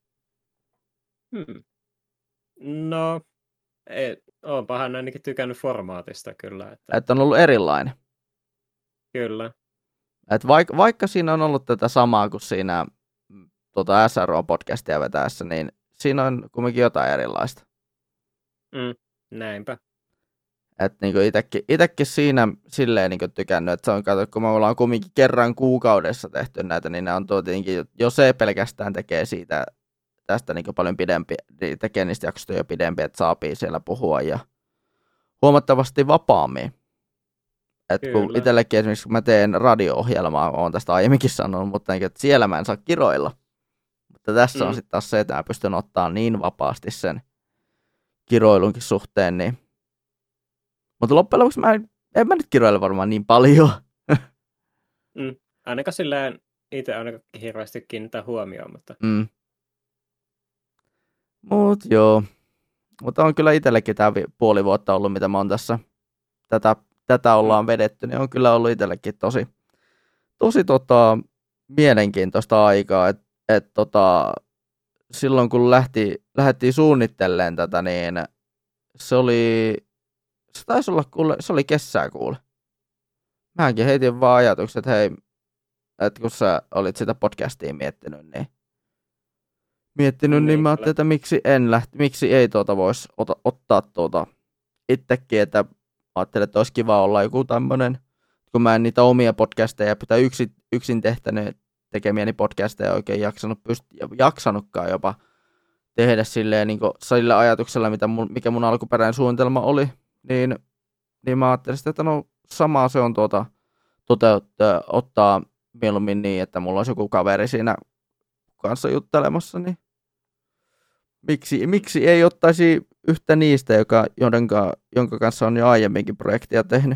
No, oonpahan ainakin tykännyt formaatista kyllä. Että on ollut erilainen. Kyllä. Että vaikka siinä on ollut tätä samaa kuin siinä SRO-podcastia vetäessä, niin siinä on kumminkin jotain erilaista. Näinpä. Että niinku itsekin siinä silleen niinku tykännyt, että se on katsottu, kun me ollaan kumminkin kerran kuukaudessa tehty näitä, niin ne on tietenkin, jo se pelkästään tekee tästä niinku paljon pidempi, tekee niistä jaksoista jo pidempi, että saapii siellä puhua ja huomattavasti vapaammin. Että kun itsellekin esimerkiksi, kun mä teen radio-ohjelmaa, oon tästä aiemminkin sanonut, mutta että siellä mä en saa kiroilla. Mutta tässä on sitten taas se, että mä pystyn ottaa niin vapaasti sen kiroilunkin suhteen, niin mutta loppujen lopuksi en mä nyt kiroile varmaan niin paljon. Ainakaan silleen itse ainakaan hirveästi kiinnittää huomioon, mutta... Joo. Mutta on kyllä itsellekin tämä puoli vuotta ollut, mitä mä oon tässä tätä ollaan vedetty, niin on kyllä ollut itsellekin tosi mielenkiintoista aikaa, että silloin kun lähdettiin suunnittelemaan tätä, niin se taisi olla, se oli kesää kuule. Mäkin heitin vaan ajatukset, että hei, että kun sä olit sitä podcastia miettinyt, niin mä ajattelin, että miksi ei voisi ottaa itsekin, että ajattelin, että olisi kiva olla joku tämmöinen, kun mä en niitä omia podcasteja pitää yksin tekemiäni podcasteja oikein jaksanutkaan jopa tehdä silleen niin sillä ajatuksella, mikä mun alkuperäinen suunnitelma oli, niin mä ajattelin sitten, että no samaa se on ottaa mieluummin niin, että mulla olisi joku kaveri siinä kanssa juttelemassa, niin miksi ei ottaisi yhtä niistä, jonka kanssa on jo aiemminkin projektia tehnyt.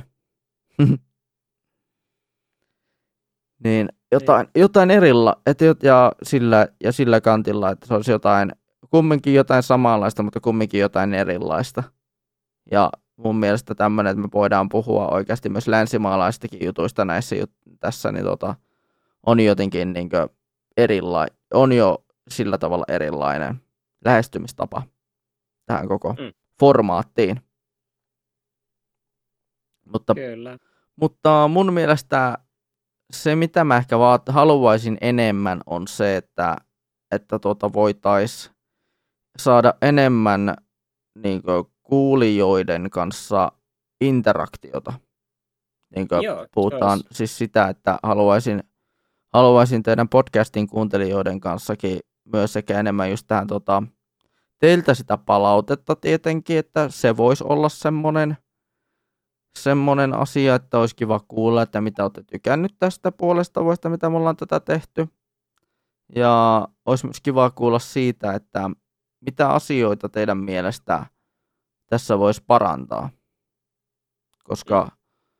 Niin jotain sillä kantilla, että se olisi kumminkin jotain samanlaista, mutta kumminkin jotain erilaista. Ja mun mielestä tämmöinen, että me voidaan puhua oikeasti myös länsimaalaistakin jutuista tässä, niin on jotenkin niin on jo sillä tavalla erilainen lähestymistapa tähän koko formaattiin. Mutta mun mielestä se, mitä mä ehkä haluaisin enemmän, on se, että voitaisiin saada enemmän niin kuulijoiden kanssa interaktiota. Niin puhutaan siis sitä, että haluaisin teidän podcastin kuuntelijoiden kanssakin myös sekä enemmän just tähän teiltä sitä palautetta tietenkin, että se voisi olla semmoinen asia, että olisi kiva kuulla, että mitä olette tykännyt tästä puolesta vuodesta, mitä me ollaan tätä tehty. Ja olisi myös kiva kuulla siitä, että mitä asioita teidän mielestä tässä voisi parantaa. Koska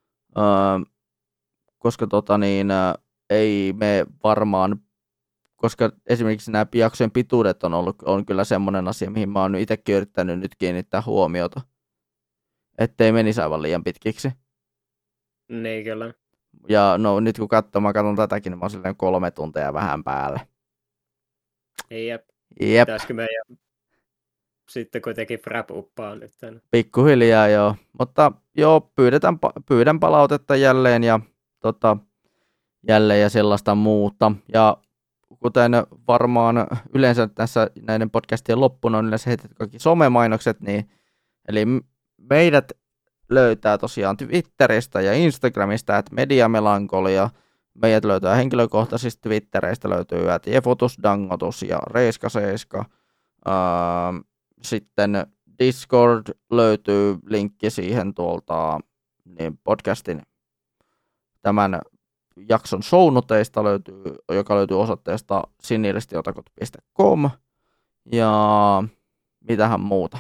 ei me varmaan, koska esimerkiksi nämä jaksojen pituudet on kyllä semmoinen asia, mihin mä oon itsekin yrittänyt nyt kiinnittää huomiota. Ettei menisi aivan liian pitkiksi. Niin kyllä. Ja no nyt kun mä katson tätäkin, niin mä oon silleen 3 tuntia vähän päälle. Jep. Pitäisikö meidän sitten kuitenkin wrap-uppaa nyt? Pikkuhiljaa joo. Mutta joo, pyydän palautetta jälleen ja sellaista muuta. Ja kuten varmaan yleensä tässä näiden podcastien loppuna on yleensä heitetty kaikki somemainokset, niin eli meidät löytää tosiaan Twitteristä ja Instagramista, että Mediamelankolia. Meidät löytää henkilökohtaisista Twittereistä, löytyy Jefutus, Dangotus ja Reiska Seiska. Sitten Discord löytyy linkki siihen tuolta niin podcastin tämän jakson shownoteista joka löytyy osoitteesta siniristiotakot.com ja mitähän muuta.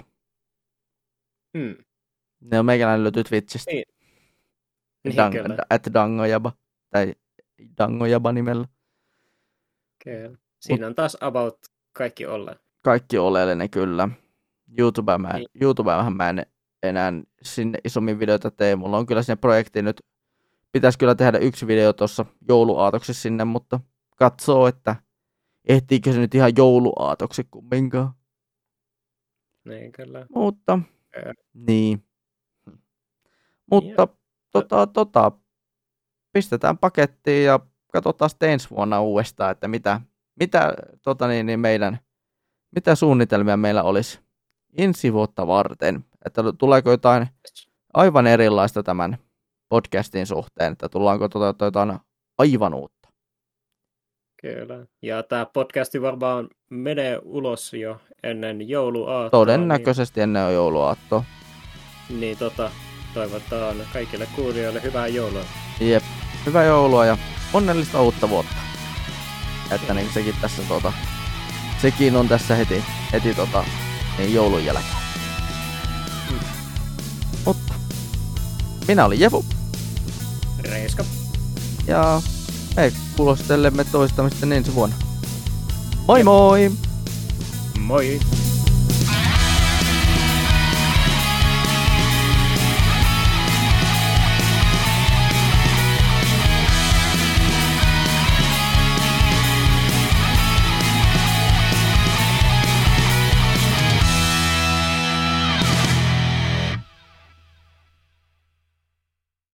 Ne on meikäläinen löytyy Twitchistä. Niin. @dangojaba tai Dangojaba nimellä. Kyllä. Siinä on taas about kaikki oleellinen. Kaikki oleellinen kyllä. YouTubeahan mä en enää sinne isommin videoita tee. Mulla on kyllä sinne projekti nyt. Pitäisi kyllä tehdä yksi video tuossa jouluaatoksi sinne, mutta katsoo, että ehtiikö se nyt ihan jouluaatoksi kumminkaan. Niin kyllä. Mutta, niin. Mutta, pistetään pakettiin ja katsotaan sitten ensi vuonna uudestaan, että mitä suunnitelmia meillä olisi ensi vuotta varten. Että tuleeko jotain aivan erilaista tämän podcastin suhteen, että tullaanko jotain aivan uutta. Kyllä. Ja tämä podcasti varmaan menee ulos jo ennen jouluaattoa. Todennäköisesti ennen jouluaattoa. Niin toivotaan kaikille kuulijoille hyvää joulua. Jep, hyvää joulua ja onnellista uutta vuotta. Että niin sekin tässä sekin on tässä heti niin joulun jälkeen. Mutta minä olin Jefu. Reiska. Ja me kuulostelemme toistamista ensi vuonna. Moi moi! Moi!